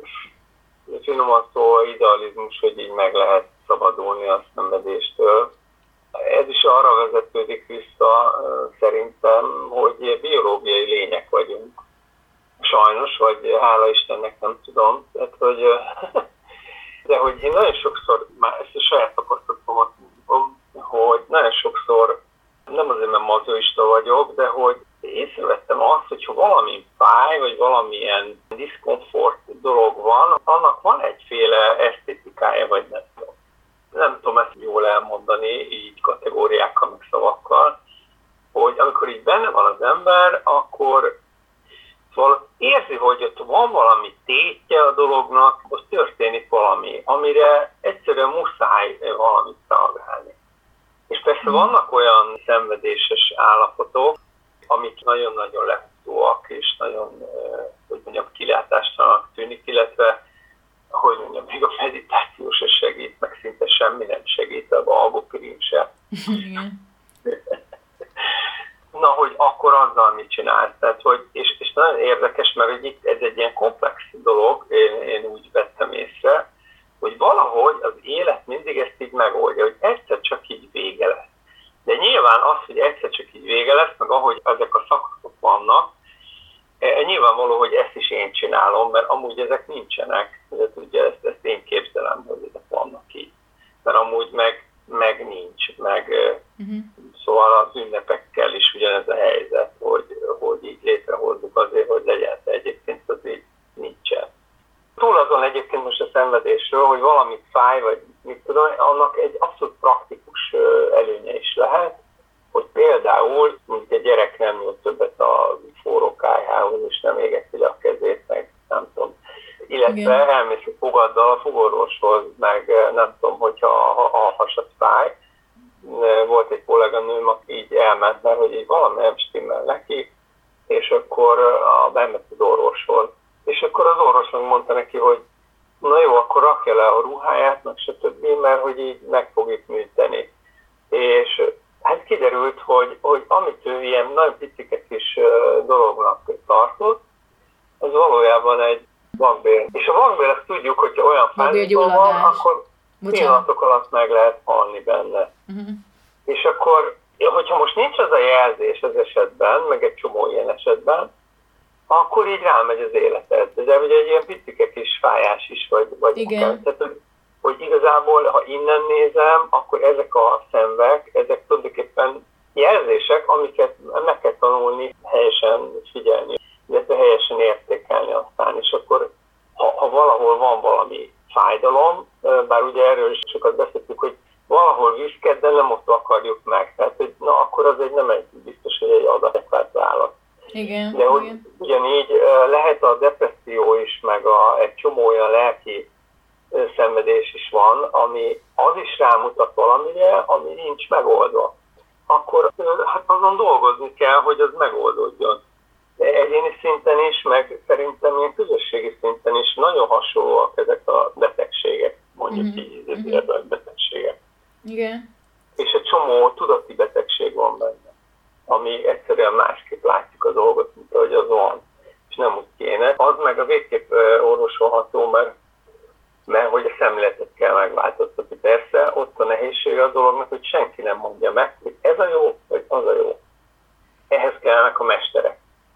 finoman szó idealizmus, hogy így meg lehet szabadulni a szenvedéstől. Ez is arra vezetődik vissza szerintem, hogy biológiai lények vagyunk. Sajnos, vagy hála Istennek, nem tudom. Tehát, hogy, de hogy én nagyon sokszor, már ezt a saját tapasztalatomat mondom, hogy nagyon sokszor, nem azért, mert mazoista vagyok, de hogy észrevettem azt, hogy ha valami fáj, vagy valamilyen diszkomfort dolog van, annak van egyféle esztétikája, vagy nem tudom. Nem tudom ezt jól elmondani, így kategóriákkal, meg szavakkal, hogy amikor így benne van az ember, akkor Szóval érzi, hogy ott van valami tétje a dolognak, ott történik valami, amire egyszerűen muszáj valamit reagálni. És persze vannak olyan szenvedéses állapotok, amik nagyon-nagyon lehúzóak, és nagyon, hogy mondjam, kilátástalanak tűnik, illetve, hogy mondjam, még a meditáció se segít, meg szinte semmi nem segít, a algopirin se. Na, hogy akkor azzal mit csinálsz? Tehát, hogy, és, és nagyon érdekes, mert hogy itt ez egy ilyen komplex dolog, én, én úgy vettem észre, hogy valahogy az élet mindig ezt így megoldja, hogy egyszer csak így vége lesz. De nyilván az, hogy egyszer csak így vége lesz, meg ahogy ezek a szakaszok vannak, nyilvánvaló, hogy ezt is én csinálom, mert amúgy ezek nincsenek. De ugye ezt, ezt én képzelem, hogy ezek vannak így. Mert amúgy meg, meg nincs, meg uh-huh. Szóval az ünnepekkel is ugyanez a helyzet, hogy, hogy így létrehozzuk azért, hogy legyen, de egyébként az így nincsen. Túl azon egyébként most a szenvedésről, hogy valamit fáj, vagy mit tudom, annak egy abszolút praktikus előnye is lehet, hogy például mondjuk egy gyerek nem jut többet a forró kályhához, és nem égeti le a kezét, meg nem tudom. Illetve igen. Elmész a fogaddal a fogorvoshoz, meg nem tudom, hogyha a, a hasad fáj. Volt egy kolléganőm, aki így elment, mert hogy így valami nem stimmel neki, és akkor a, bement az orvoshoz. És akkor az orvos mondta neki, hogy na jó, akkor rakja le a ruháját, meg stb., mert hogy így meg fogjuk műteni. És hát kiderült, hogy, hogy amit ő ilyen nagyon picike kis dolognak tartott, az valójában egy vakbél. És a vakbél, ezt tudjuk, hogyha olyan fájdalom van, akkor pillanatok alatt meg lehet halni benne. Uh-huh. És akkor, hogyha most nincs az a jelzés az esetben, meg egy csomó ilyen esetben, akkor így rámegy az életed. De ugye egy ilyen picike kis fájás is, vagy, vagy igen. Tehát, hogy, hogy igazából, ha innen nézem, akkor ezek a szenvek, ezek tulajdonképpen jelzések, amiket meg kell tanulni, helyesen figyelni, illetve helyesen értékelni aztán. És akkor, ha, ha valahol van valami fájdalom, bár ugye erről is sokat beszéltük, hogy valahol viszked, de nem ott akarjuk meg. Tehát, hogy na, akkor az egy nem egy biztos, hogy egy adekvát válasz. Igen, de hogy igen. Ugyanígy lehet a depresszió is, meg a, egy csomó olyan lelki szenvedés is van, ami az is rámutat valamire, ami nincs megoldva. Akkor hát azon dolgozni kell, hogy az megoldódjon. De egyéni szinten is, meg szerintem ilyen közösségi szinten is nagyon hasonlóak ezek a betegségek, mondjuk mm-hmm. így mm-hmm. betegségek. Igen. És egy csomó tudati betegség van benne, ami egyszerűen másképp látjuk a dolgot, mint ahogy az van, és nem úgy kéne. Az meg a végképp orvosolható, mert, mert hogy a szemléletet kell megváltoztatni. Persze ott a nehézsége a dolognak, hogy senki nem mondja meg, hogy ez a jó, vagy az a jó. Ehhez kellene a mesterek.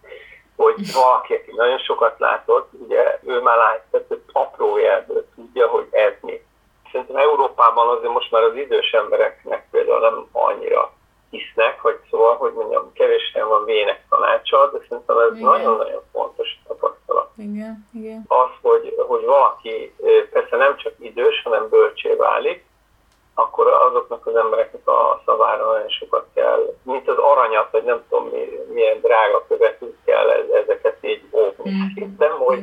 Hogy valaki, aki nagyon sokat látott, ugye ő már látott, hogy apró jelből tudja, hogy ez mi. Szerintem Európában azért most már az idős embereknek például nem annyira hisznek, hogy szóval, hogy mondjam, kevés helyen van vének tanácsa, de szerintem ez igen. Nagyon-nagyon fontos tapasztalat. Igen, igen. Az, hogy, hogy valaki persze nem csak idős, hanem bölcsé válik, akkor azoknak az embereknek a szavára nagyon sokat kell, mint az aranyat, vagy nem tudom milyen drága követünk kell ezeket így óvni. Mm. Hittem, hogy,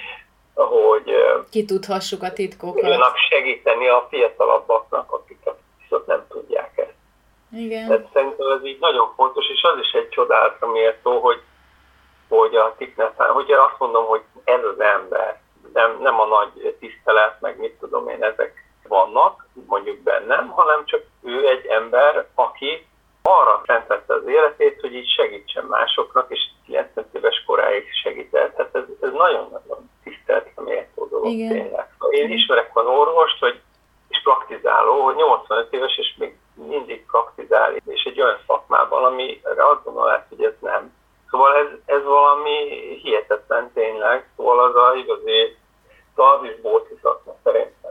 hogy kitudhassuk a titkokat. Segíteni a fiatalabbaknak, akik viszont nem tudják ezt. Igen. Tehát szerintem ez így nagyon fontos, és az is egy csodálatra méltó, hogy, hogy a Thich-Nhat Hanh, hogyha azt mondom, hogy ez az ember, nem, nem a nagy tisztelet, meg mit tudom én, ezek vannak, mondjuk bennem, hanem csak ő egy ember, aki arra szentette az életét, hogy így segítsen másoknak, és kilencven éves koráig segített. Tehát ez, ez nagyon-nagyon tiszteletre méltó dolog tényleg. Én ismerek olyan orvost, hogy, és praktizáló, hogy nyolcvanöt éves, és még mindig praktizál, és egy olyan szakmában, amire azt gondolod, hogy ez nem. Szóval ez, ez valami hihetetlen tényleg, szóval az a igazi, az is bódhiszatna szerintem.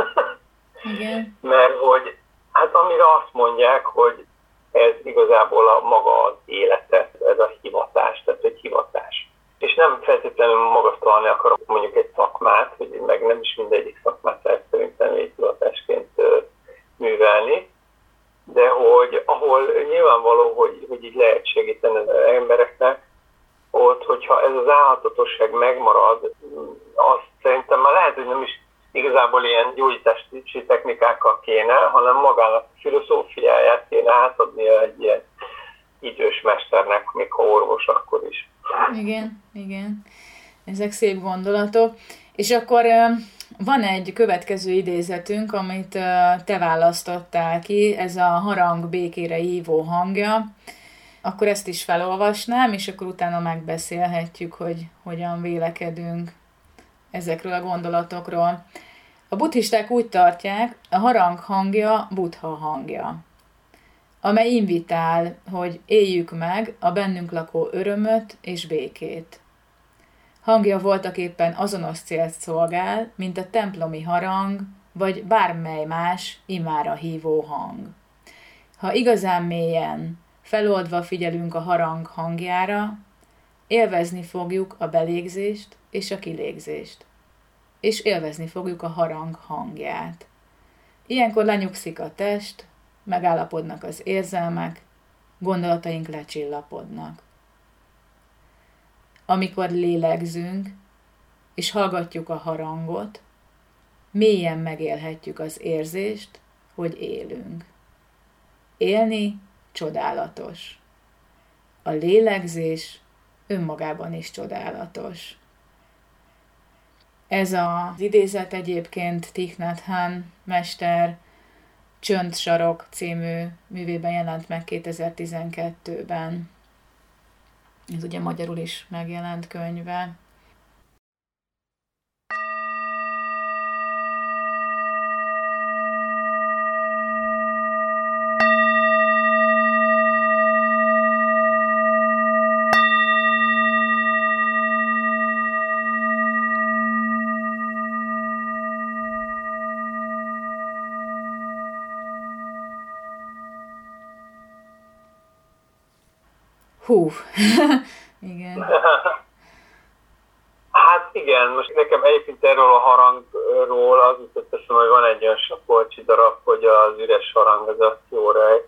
Igen. Mert hogy, hát amire azt mondják, hogy ez igazából a maga az élete, ez a hivatás, tehát egy hivatás. És nem feltétlenül magasztalni akarok mondjuk egy szakmát, hogy meg nem is mindegyik szakmát lehet szerintem egy hivatásként művelni, de hogy ahol nyilvánvaló, hogy, hogy így lehet segíteni az embereknek, ott, hogyha ez az álhatatosság megmarad, azt szerintem már lehet, hogy nem is igazából ilyen gyógyítási technikákkal kéne, hanem magának a filozófiáját kéne átadnia egy ilyen idős mesternek, még ha orvos akkor is. Igen, igen. Ezek szép gondolatok. És akkor van egy következő idézetünk, amit te választottál ki, ez a harang békére hívó hangja. Akkor ezt is felolvasnám, és akkor utána megbeszélhetjük, hogy hogyan vélekedünk ezekről a gondolatokról. A buddhisták úgy tartják, a harang hangja Buddha hangja, amely invitál, hogy éljük meg a bennünk lakó örömöt és békét. Hangja voltaképpen azonos célt szolgál, mint a templomi harang, vagy bármely más imára hívó hang. Ha igazán mélyen, feloldva figyelünk a harang hangjára, élvezni fogjuk a belégzést és a kilégzést, és élvezni fogjuk a harang hangját. Ilyenkor lenyugszik a test, megállapodnak az érzelmek, gondolataink lecsillapodnak. Amikor lélegzünk, és hallgatjuk a harangot, mélyen megélhetjük az érzést, hogy élünk. Élni csodálatos. A lélegzés önmagában is csodálatos. Ez az idézet egyébként Thich Nhat Hanh mester Csöndsarok című művében jelent meg kétezer-tizenkettőben. Ez ugye magyarul is megjelent könyve. Hú, igen. Hát igen, most nekem egyébként erről a harangról az jutott eszembe, hogy van egy olyan Sakolcsi darab, hogy az üres harang, az a Kjórej.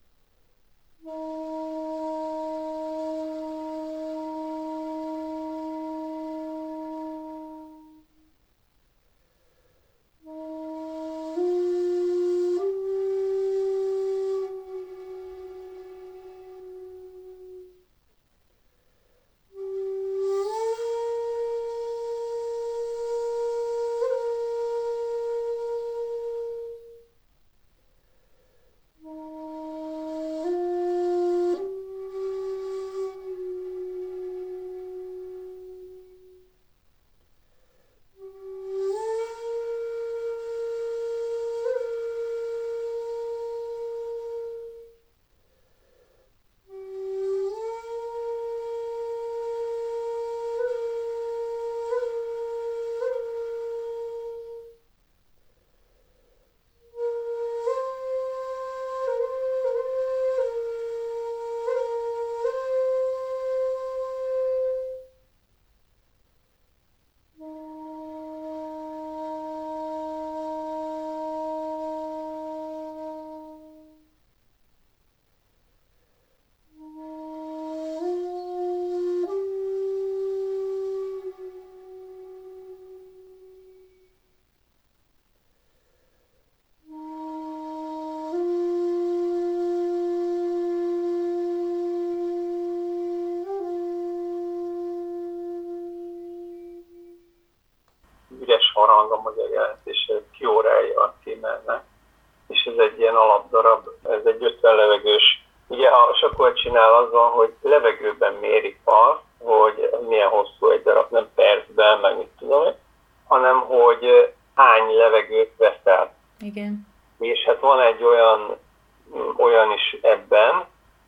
Üres harang a magyar jelentése, Kjórej a címe ennek, és ez egy ilyen alapdarab, ez egy ötven levegős. Ugye a Sakolcsinál az van, hogy levegőben mérik azt, hogy milyen hosszú egy darab, nem percben, meg mit tudom én, hanem hogy hány levegőt vesz el. Igen. És hát van egy olyan, olyan is ebben,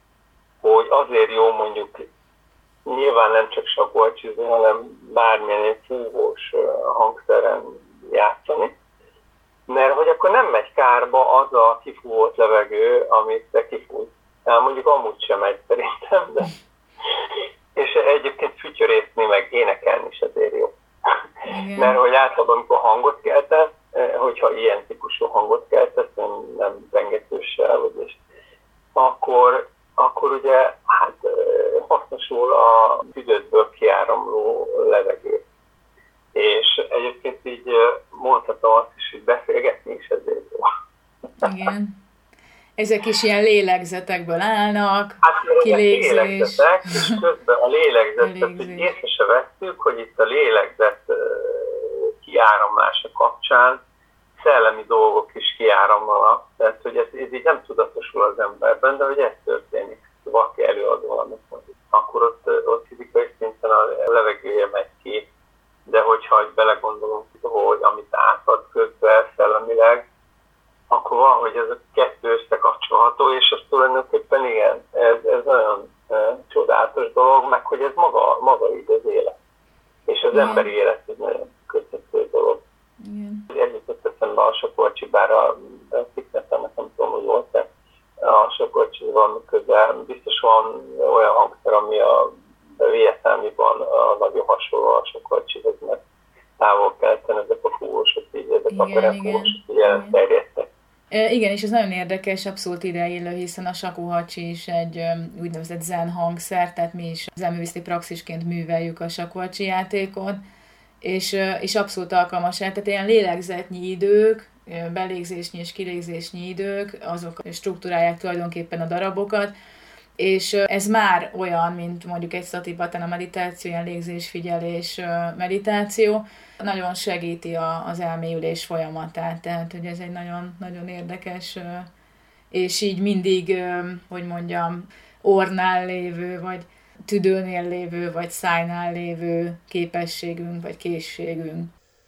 hogy azért jó mondjuk nyilván nem csak sakolcsizni, hanem bármilyen fúvós hangszeren játszani, mert hogy akkor nem megy kárba az a kifúvott levegő, amit te kifújsz. Tehát mondjuk amúgy sem megy szerintem, de... És egyébként fütyörészni, meg énekelni is azért jó. Igen. Mert hogy általában, amikor hangot keltesz, hogyha ilyen típusú hangot keltesz, nem, nem rengetőssel, vagy és akkor, akkor ugye hát hasznosul a tüdődből kiáramló Igen. Ezek is ilyen lélegzetekből állnak, hát, kilégzés. Lélegzetek, és közben a lélegzetet, hogy észre se vettük, hogy itt a lélegzet kiáramlása kapcsán szellemi dolgok is kiáramlanak. Tehát, hogy ez, ez így nem tudatosul az emberben, de hogy ez történik. Valaki előad valamit mondjuk. Akkor ott, ott fizikai szinten a levegője megy ki, de hogyha belegondolunk, hogy amit átad közben szellemileg, akkor valahogy ez a kettő összekapcsolható, és ez tulajdonképpen igen, ez, ez nagyon e, csodálatos dolog, meg hogy ez maga, maga így az élet. És az igen. emberi élet egy nagyon köthető dolog. Egyébként eszembe a Sokolcsi, bár a fitnessnek nem tudom, hogy volt, de a Sokolcsi van közel. Biztos van olyan hangszer, ami a Vietnámiban nagyon hasonló a Sokolcsihoz, mert távol-keleten ezek a fúvósok, így ezek igen, a perefúvósok így elterjedtek. Igen, és ez nagyon érdekes, abszolút ideillő, hiszen a shakuhachi is egy úgynevezett zen hangszer, tehát mi is zenművészeti praxisként műveljük a shakuhachi játékot, és, és abszolút alkalmas el, tehát ilyen lélegzetnyi idők, belégzésnyi és kilégzésnyi idők, azok struktúrálják tulajdonképpen a darabokat, és ez már olyan, mint mondjuk egy satipatthana meditáció, ilyen légzésfigyelés meditáció, nagyon segíti a, az elmélyülés folyamatát, tehát hogy ez egy nagyon, nagyon érdekes, és így mindig, hogy mondjam, orrnál lévő, vagy tüdőnél lévő, vagy szájnál lévő képességünk, vagy készségünk.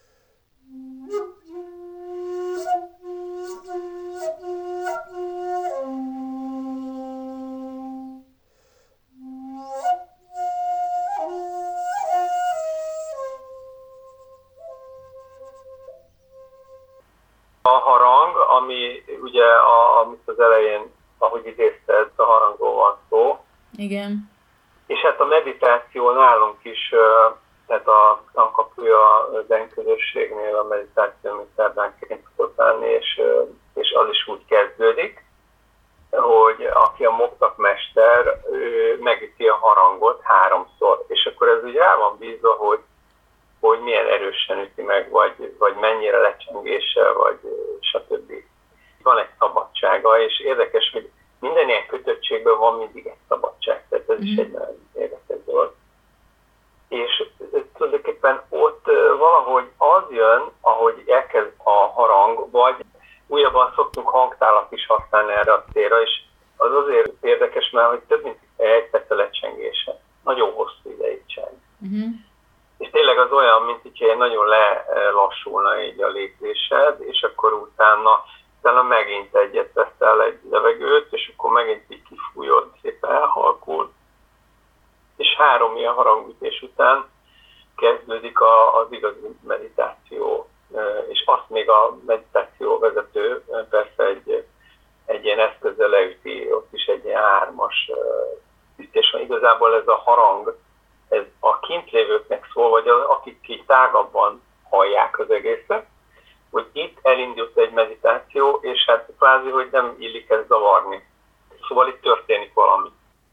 A harang, ami ugye, a, amit az elején, ahogy idézted, a harangról van szó. Igen. És hát a meditáció nálunk is, tehát a tankapuja a zen közösségnél a meditáció, amit szerdánként tudott állni, és, és az is úgy kezdődik, hogy aki a moktak mester, ő megüti a harangot háromszor, és akkor ez ugye el van bízva, hogy hogy milyen erősen üti meg, vagy, vagy mennyire lecsengése, vagy stb. Van egy szabadsága, és érdekes, hogy minden ilyen kötöttségben van mindig egy szabadság, tehát ez mm. is egy nagyon érdekes dolog. És tulajdonképpen ott valahogy az jön, ahogy elkezd a harang, vagy újabban szoktunk hangtálat is használni erre a célra, és az azért érdekes, mert hogy több mint egy perc a lecsengése. Nagyon hosszú ideig cseng. Mm-hmm. És tényleg az olyan, mint hogyha nagyon lelassulna így a légzésed, és akkor utána, utána megint egyet veszel egy levegőt, és akkor megint így kifújod, szépen elhalkul. És három ilyen harangütés után kezdődik a, az igazi meditáció. És azt még a meditáció vezető persze egy, egy ilyen eszközzel leüti, ott is egy ilyen hármas ütés van. Igazából ez a harang, ez a kint lévőknek szól, vagy az, akik ki tágabban hallják az egészet, hogy itt elindult egy meditáció, és hát kvázi, hogy nem illik ezt zavarni. Szóval itt történik valami.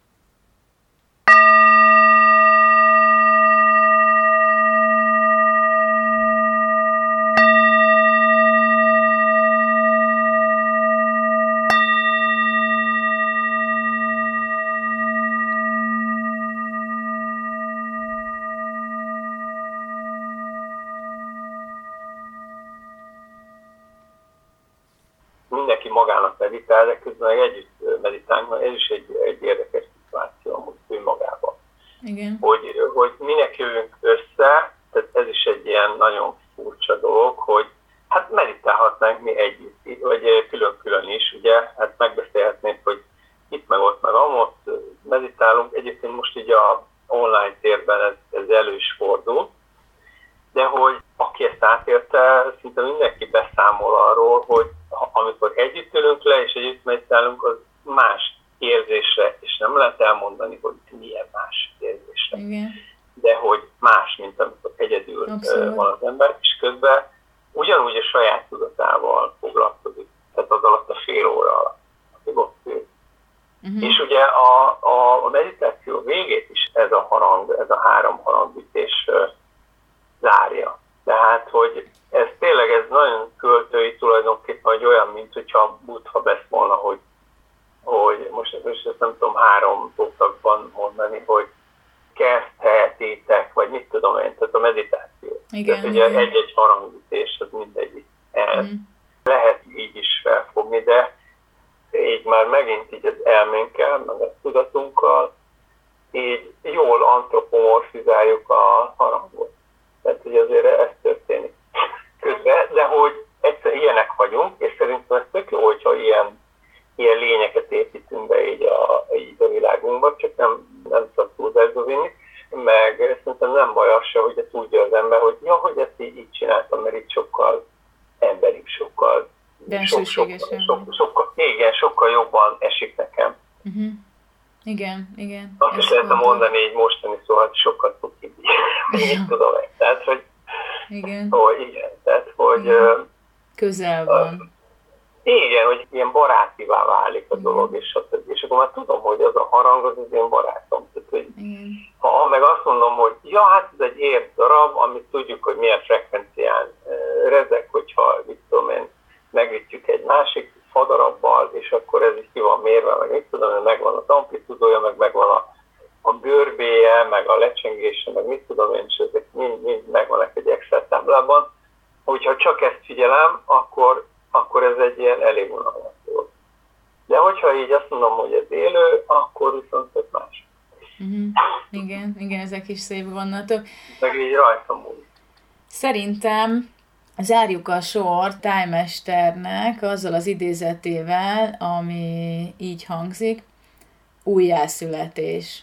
Mindenki magának meditál, de közben meg együtt meditálunk, mert ez is egy, egy érdekes szituáció amúgy önmagában. Igen. Hogy, hogy minek jövünk össze, tehát ez is egy ilyen nagyon furcsa dolog, hogy hát meditálhatnánk mi együtt, vagy külön-külön is, ugye, hát megbeszélhetnénk, hogy itt meg ott meg amott meditálunk, egyébként most így a online térben ez, ez elő is fordul, de hogy aki ezt átélte, szinte mindenki beszámol arról, hogy amikor együtt ülünk le és együtt meditálunk, az más érzésre, és nem lehet elmondani, hogy milyen más érzésre. Igen. De hogy más, mint amikor egyedül Abszolút. Van az ember, és közben ugyanúgy a saját tudatával foglalkozik. Tehát az alatt a fél óra alatt, amíg ott ül. Uh-huh. És ugye a, a, a meditáció végét is ez a harang, ez a három harangütés zárja. Tehát, hogy ez tényleg ez nagyon költői tulajdonképpen, hogy olyan, mint hogyha Buddha Igen, Tehát ugye igen. egy-egy harangütés, az mindegyik. Mm. Lehet így is felfogni, de így már megint így az elménkkel, meg a tudatunkkal, így jól antropomorfizáljuk a harangot. Tehát, hogy azért ez történik közben, de hogy egyszer ilyenek vagyunk, és szerintem ez tök jó, hogyha ilyen, ilyen lényeket építünk be így a, így a világunkban, csak nem, nem szabad túlzásba vinni, meg szerintem nem baj az se, hogy tudja az ember, hogy ja, hogy ezt így, így csináltam, mert itt sokkal emberibb, sokkal, sok, sokkal, sokkal, sokkal, igen, sokkal jobban esik nekem. Uh-huh. Igen, igen. Azt is lehetne mondani így mostani, szóval sokkal tukibb. Így tudom meg. Tehát, hogy igen. Hogy igen, tehát, hogy igen. Közel van. Uh, igen, hogy ilyen barátivá válik a dolog, és, stb. És akkor már tudom, hogy az a harang az az én barátom. Tehát, hogy ha, ha meg azt mondom, hogy ja, hát ez egy ért darab, amit tudjuk, hogy milyen frekvencián uh, rezeg, hogyha, mit tudom én, megütjük egy másik fadarabbal, és akkor ez is ki van mérve, meg mit tudom, hogy megvan az amplitúdója, meg megvan a, a görbéje, meg a lecsengése, meg mit tudom én, és ezek mind, mind megvannak egy Excel táblában. Hogyha csak ezt figyelem, akkor, akkor ez egy ilyen elég unalmas dolog. De hogyha így azt mondom, hogy ez élő, akkor viszont ez más. Uh-huh. Igen, igen, ezek is szép gondolatok. Meg így rajtam múlik. Szerintem zárjuk a sort tájmesternek azzal az idézetével, ami így hangzik: újjászületés.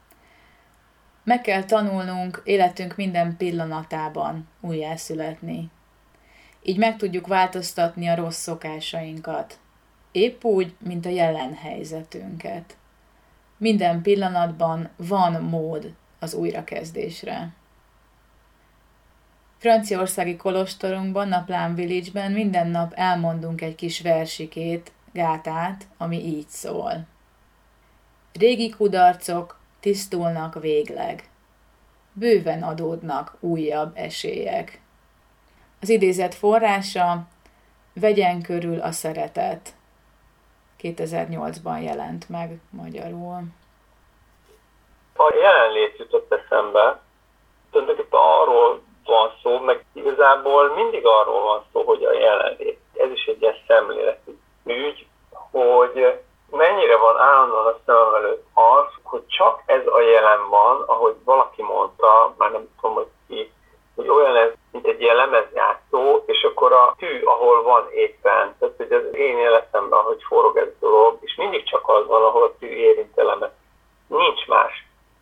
Meg kell tanulnunk életünk minden pillanatában újjászületni. Így meg tudjuk változtatni a rossz szokásainkat. Épp úgy, mint a jelen helyzetünket. Minden pillanatban van mód az újrakezdésre. Franciaországi kolostorunkban, a Plum Village-ben minden nap elmondunk egy kis versikét, gátát, ami így szól. Régi kudarcok tisztulnak végleg. Bőven adódnak újabb esélyek. Az idézet forrása Vegyen körül a szeretet. kétezer-nyolcban jelent meg magyarul. A jelenlét jutott eszembe, tulajdonképpen arról van szó, meg igazából mindig arról van szó, hogy a jelenlét. Ez is egy ilyen szemléleti ügy, hogy mennyire van állandóan a szemem előtt az, hogy csak ez a jelen van, ahogy valaki mondta, már nem tudom, hogy ki, hogy olyan ez, mint egy ilyen lemezjátszó, és akkor a tű, ahol van éppen, tehát hogy az én életemben, ahogy forog ez a dolog, és mindig csak az van, ahol a tű érint a lemez. Nincs más.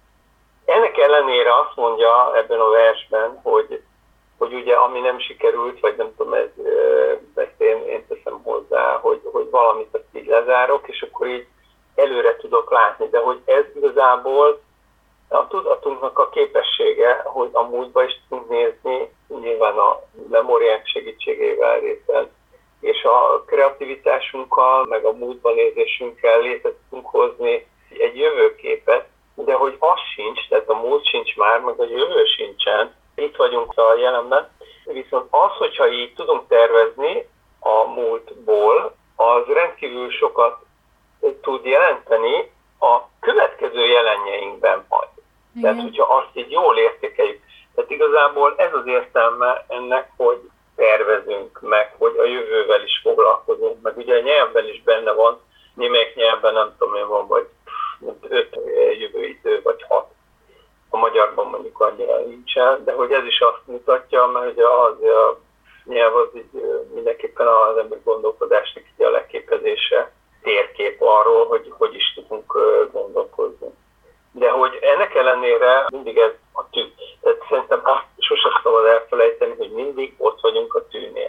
Ennek ellenére azt mondja ebben a versben, hogy, hogy ugye ami nem sikerült, vagy nem tudom, ez, ezt én, én teszem hozzá, hogy, hogy valamit azt így lezárok, és akkor így előre tudok látni, de hogy ez igazából a tudatunknak a képessége, hogy a múltba is tudunk nézni, nyilván a memóriánk segítségével részben, és a kreativitásunkkal, meg a múltba nézésünkkel létre tudunk hozni egy jövőképet, de hogy az sincs, tehát a múlt sincs már, meg a jövő sincsen, itt vagyunk a jelenben, viszont az, hogyha így tudunk tervezni a múltból, az rendkívül sokat tud jelenteni a következő jelenjeinkben majd. Igen. Tehát, hogyha azt így jól értékeljük. Tehát igazából ez az értelme ennek, hogy tervezünk meg, hogy a jövővel is foglalkozunk, meg ugye a nyelvben is benne van, némelyik nyelvben nem tudom én van, vagy öt jövőidő, vagy hat. A magyarban mondjuk annyira nincsen, de hogy ez is azt mutatja, mert ugye az a nyelv az így mindenképpen az ember gondolkodásnak így a leképezése, térkép arról, hogy hogy is tudunk gondolkozni. De hogy ennek ellenére mindig ez a tű. Tehát szerintem azt sosem szabad elfelejteni, hogy mindig ott vagyunk a tűnél.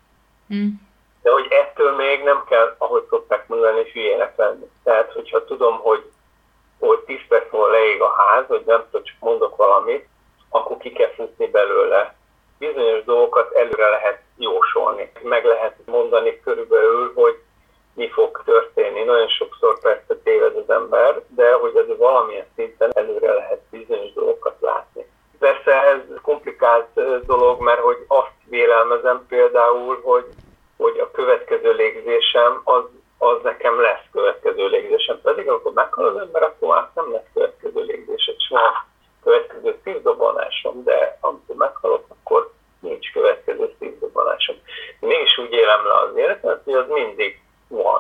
Mm. De hogy ettől még nem kell, ahogy szokták mondani, hülyének lenni. Tehát, hogyha tudom, hogy, hogy tíz perc múlva leég a ház, hogy nem tudom, csak mondok valamit, akkor ki kell futni belőle. Bizonyos dolgokat előre lehet jósolni. Meg lehet mondani körülbelül, hogy mi fog történni. Nagyon sokszor persze téved az ember, de hogy ez valamilyen szinten előre lehet bizonyos dolgokat látni. Persze ez komplikált dolog, mert hogy azt vélelmezem például, hogy, hogy a következő légzésem az, az nekem lesz következő légzésem. Pedig amikor meghal az ember, akkor már nem lesz következő légzésem, soha következő szívdobonásom, de amikor meghalok, akkor élem le az életet, hogy az mindig van.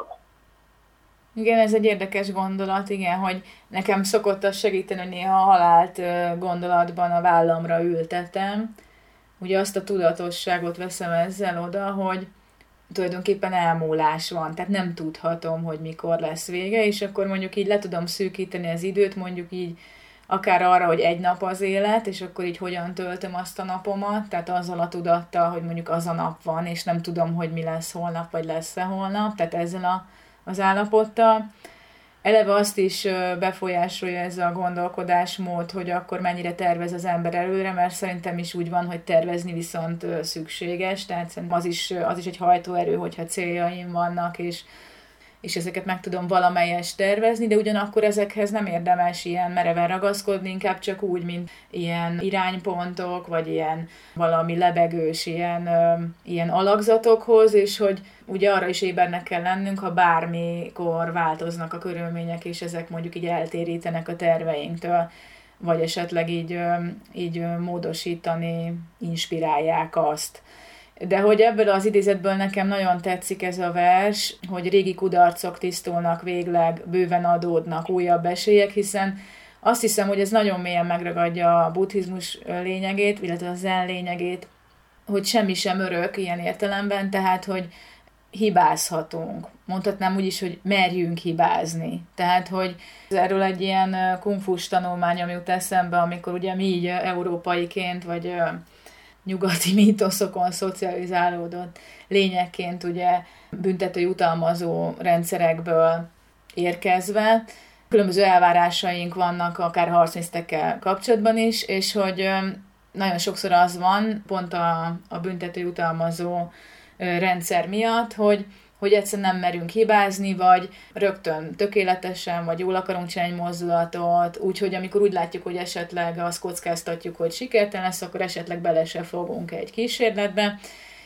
Igen, ez egy érdekes gondolat, igen, hogy nekem szokott az segíteni, hogy néha a halált gondolatban a vállamra ültetem. Ugye azt a tudatosságot veszem ezzel oda, hogy tulajdonképpen elmúlás van, tehát nem tudhatom, hogy mikor lesz vége, és akkor mondjuk így le tudom szűkíteni az időt, mondjuk így akár arra, hogy egy nap az élet, és akkor így hogyan töltöm azt a napomat, tehát azzal a tudattal, hogy mondjuk az a nap van, és nem tudom, hogy mi lesz holnap, vagy lesz-e holnap, tehát ezzel a, az állapottal. Eleve azt is befolyásolja ez a gondolkodásmód, hogy akkor mennyire tervez az ember előre, mert szerintem is úgy van, hogy tervezni viszont szükséges, tehát az is, az is egy hajtóerő, hogyha céljaim vannak, és, és ezeket meg tudom valamelyes tervezni, de ugyanakkor ezekhez nem érdemes ilyen mereven ragaszkodni, inkább csak úgy, mint ilyen iránypontok, vagy ilyen valami lebegős ilyen, ilyen alakzatokhoz, és hogy ugye arra is ébernek kell lennünk, ha bármikor változnak a körülmények, és ezek mondjuk így eltérítenek a terveinktől, vagy esetleg így, így módosítani, inspirálják azt. De hogy ebből az idézetből nekem nagyon tetszik ez a vers, hogy régi kudarcok tisztulnak végleg, bőven adódnak újabb esélyek, hiszen azt hiszem, hogy ez nagyon mélyen megragadja a buddhizmus lényegét, illetve a zen lényegét, hogy semmi sem örök ilyen értelemben, tehát, hogy hibázhatunk. Mondhatnám úgy is, hogy merjünk hibázni. Tehát, hogy erről egy ilyen kungfus tanulmány, ami jut eszembe, amikor ugye mi így európaiként, vagy nyugati mítoszokon szocializálódott lényekként ugye büntető jutalmazó rendszerekből érkezve, különböző elvárásaink vannak akár harcmésztekkel kapcsolatban is, és hogy nagyon sokszor az van, pont a, a büntető jutalmazó rendszer miatt, hogy, hogy egyszerűen nem merünk hibázni, vagy rögtön tökéletesen, vagy jól akarunk csinálni mozdulatot, úgyhogy amikor úgy látjuk, hogy esetleg azt kockáztatjuk, hogy sikertelen lesz, akkor esetleg bele se fogunk egy kísérletbe.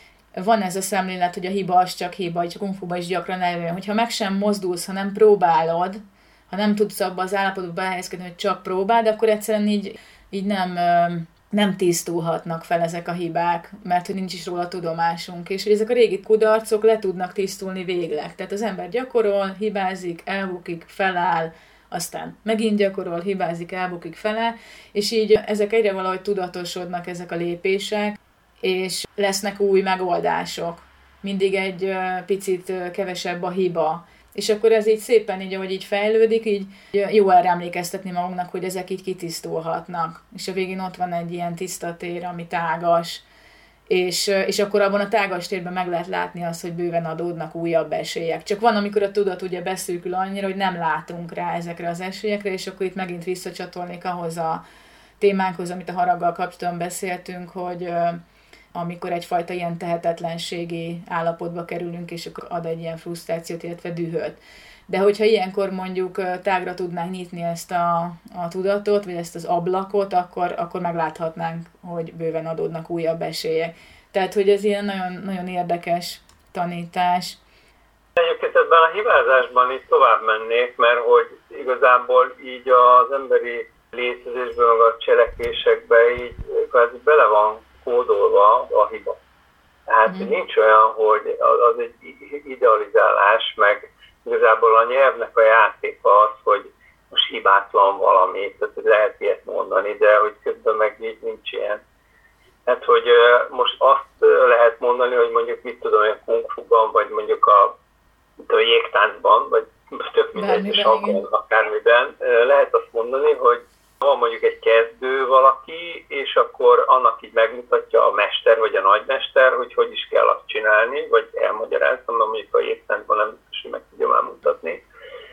Van ez a szemlélet, hogy a hiba az csak hiba, hogy a kungfuban is gyakran előjön, hogyha meg sem mozdulsz, ha nem próbálod, ha nem tudsz abba az állapotba behelyezkedni, hogy csak próbáld, akkor egyszerűen így, így nem... nem tisztulhatnak fel ezek a hibák, mert hogy nincs is róla tudomásunk, és hogy ezek a régi kudarcok le tudnak tisztulni végleg. Tehát az ember gyakorol, hibázik, elbukik, feláll, aztán megint gyakorol, hibázik, elbukik, feláll, és így ezek egyre valahogy tudatosodnak ezek a lépések, és lesznek új megoldások. Mindig egy picit kevesebb a hiba. És akkor ez így szépen, így, ahogy így fejlődik, így jó erre emlékeztetni magunknak, hogy ezek így kitisztulhatnak. És a végén ott van egy ilyen tiszta tér, ami tágas, és, és akkor abban a tágas térben meg lehet látni azt, hogy bőven adódnak újabb esélyek. Csak van, amikor a tudat ugye beszűkül annyira, hogy nem látunk rá ezekre az esélyekre, és akkor itt megint visszacsatolnék ahhoz a témánkhoz, amit a haraggal kapcsolatban beszéltünk, hogy amikor egyfajta ilyen tehetetlenségi állapotba kerülünk, és akkor ad egy ilyen frusztrációt, illetve dühöt. De hogyha ilyenkor mondjuk tágra tudnánk nyitni ezt a, a tudatot, vagy ezt az ablakot, akkor, akkor megláthatnánk, hogy bőven adódnak újabb esélyek. Tehát, hogy ez ilyen nagyon, nagyon érdekes tanítás. Egyébként ebben a hibázásban is tovább mennék, mert hogy igazából így az emberi létezésben, meg a cselekvésekben így kvázi bele van kódolva a hiba. Tehát mm. nincs olyan, hogy az egy idealizálás, meg igazából a nyelvnek a játéka az, hogy most hibátlan valami, tehát lehet ilyet mondani, de hogy közben meg így nincs ilyen. Hát, hogy most azt lehet mondani, hogy mondjuk mit tudom, a kungfuban, vagy mondjuk a, a jégtáncban, vagy tök mindegy, és akármiben, lehet azt mondani, hogy van mondjuk egy kezdő valaki, és akkor annak így megmutatja a mester vagy a nagymester, hogy hogy is kell azt csinálni, vagy elmagyarázom, mondjuk a jégtáncban nem biztos, hogy meg tudjam elmutatni.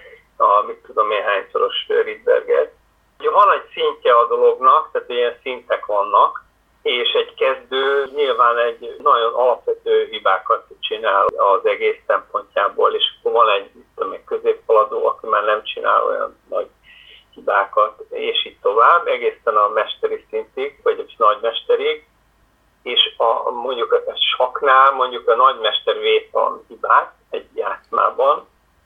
A, mit tudom én, hányszoros Rydberget. Van egy szintje a dolognak, tehát ilyen szintek vannak, és egy kezdő nyilván egy nagyon alapvető hibákat csinál az egész szempontjából, és akkor van egy, tudom, egy középhaladó, aki már nem csinál olyan nagy hibákat, és így tovább, egészen a mesteri szintig, vagy a nagymesterig, és a, mondjuk a saknál mondjuk a nagymester vét a hibát egy játszmában,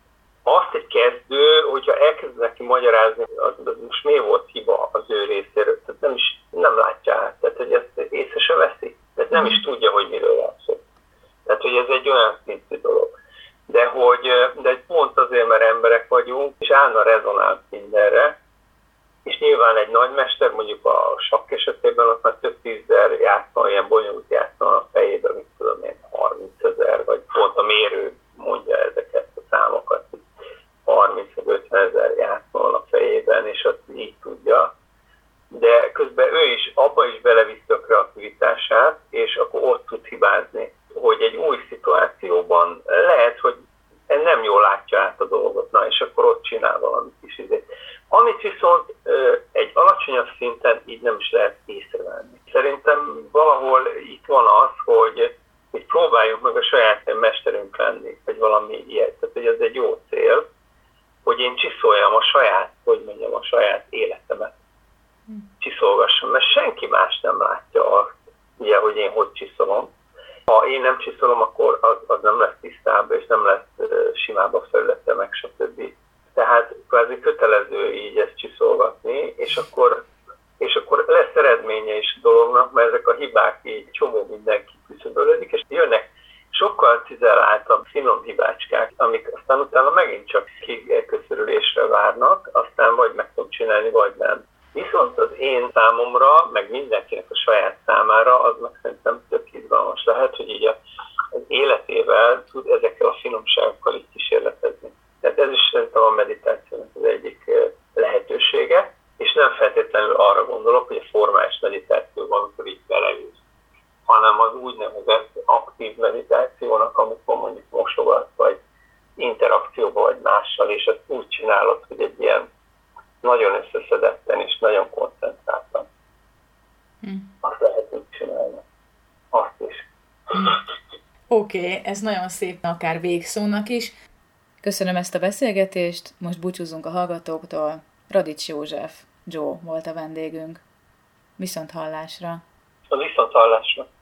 azt egy kezdő, hogyha elkezd neki magyarázni, az, az most mi volt hiba az ő részéről, tehát nem is nem látja át, tehát hogy ezt észre se veszi, tehát nem is tudja, hogy miről van szó. Tehát, hogy ez egy olyan szerintem valahol itt van az, hogy, hogy próbáljunk meg a saját mesterünk lenni, vagy valami ilyet. Tehát, hogy ez egy jó cél, hogy én csiszoljam a saját, hogy mondjam, a saját életemet. Csiszolgassam, mert senki más nem látja azt, ugye, hogy én hogy csiszolom. Ha én nem csiszolom, akkor az, az nem lesz tisztább, és nem lesz uh, simább a felülete, meg stb. Tehát kvázi kötelező így ezt csiszolgatni, és akkor, és akkor lesz eredménye is a dolognak, mert ezek a hibák így csomó mindenki küszöbölődik, és jönnek sokkal cizelláltabb, finom hibácskák, amik aztán utána megint csak kiköszörülésre várnak, aztán vagy meg tudom csinálni, vagy nem. Viszont az én számomra, meg mindenkinek a saját számára, az meg szerintem tök izgalmas lehet, hogy így az életével tud ezekkel a finomságokkal így kísérletezni. Tehát ez is szerintem a meditációnak az egyik lehetősége, és nem feltétlenül arra gondolok, hogy a formális meditációban, amikor így beleülsz, hanem az úgynevezett aktív meditációnak, amikor mondjuk mosogat, vagy interakcióban vagy mással, és ezt úgy csinálod, hogy egy ilyen nagyon összeszedetten és nagyon koncentráltan. Hm. Azt lehet úgy csinálni. Azt is. Oké, okay, ez nagyon szép, akár végszónak is. Köszönöm ezt a beszélgetést, most búcsúzunk a hallgatóktól. Radics József, Joe volt a vendégünk. Viszont hallásra. A viszont hallásra.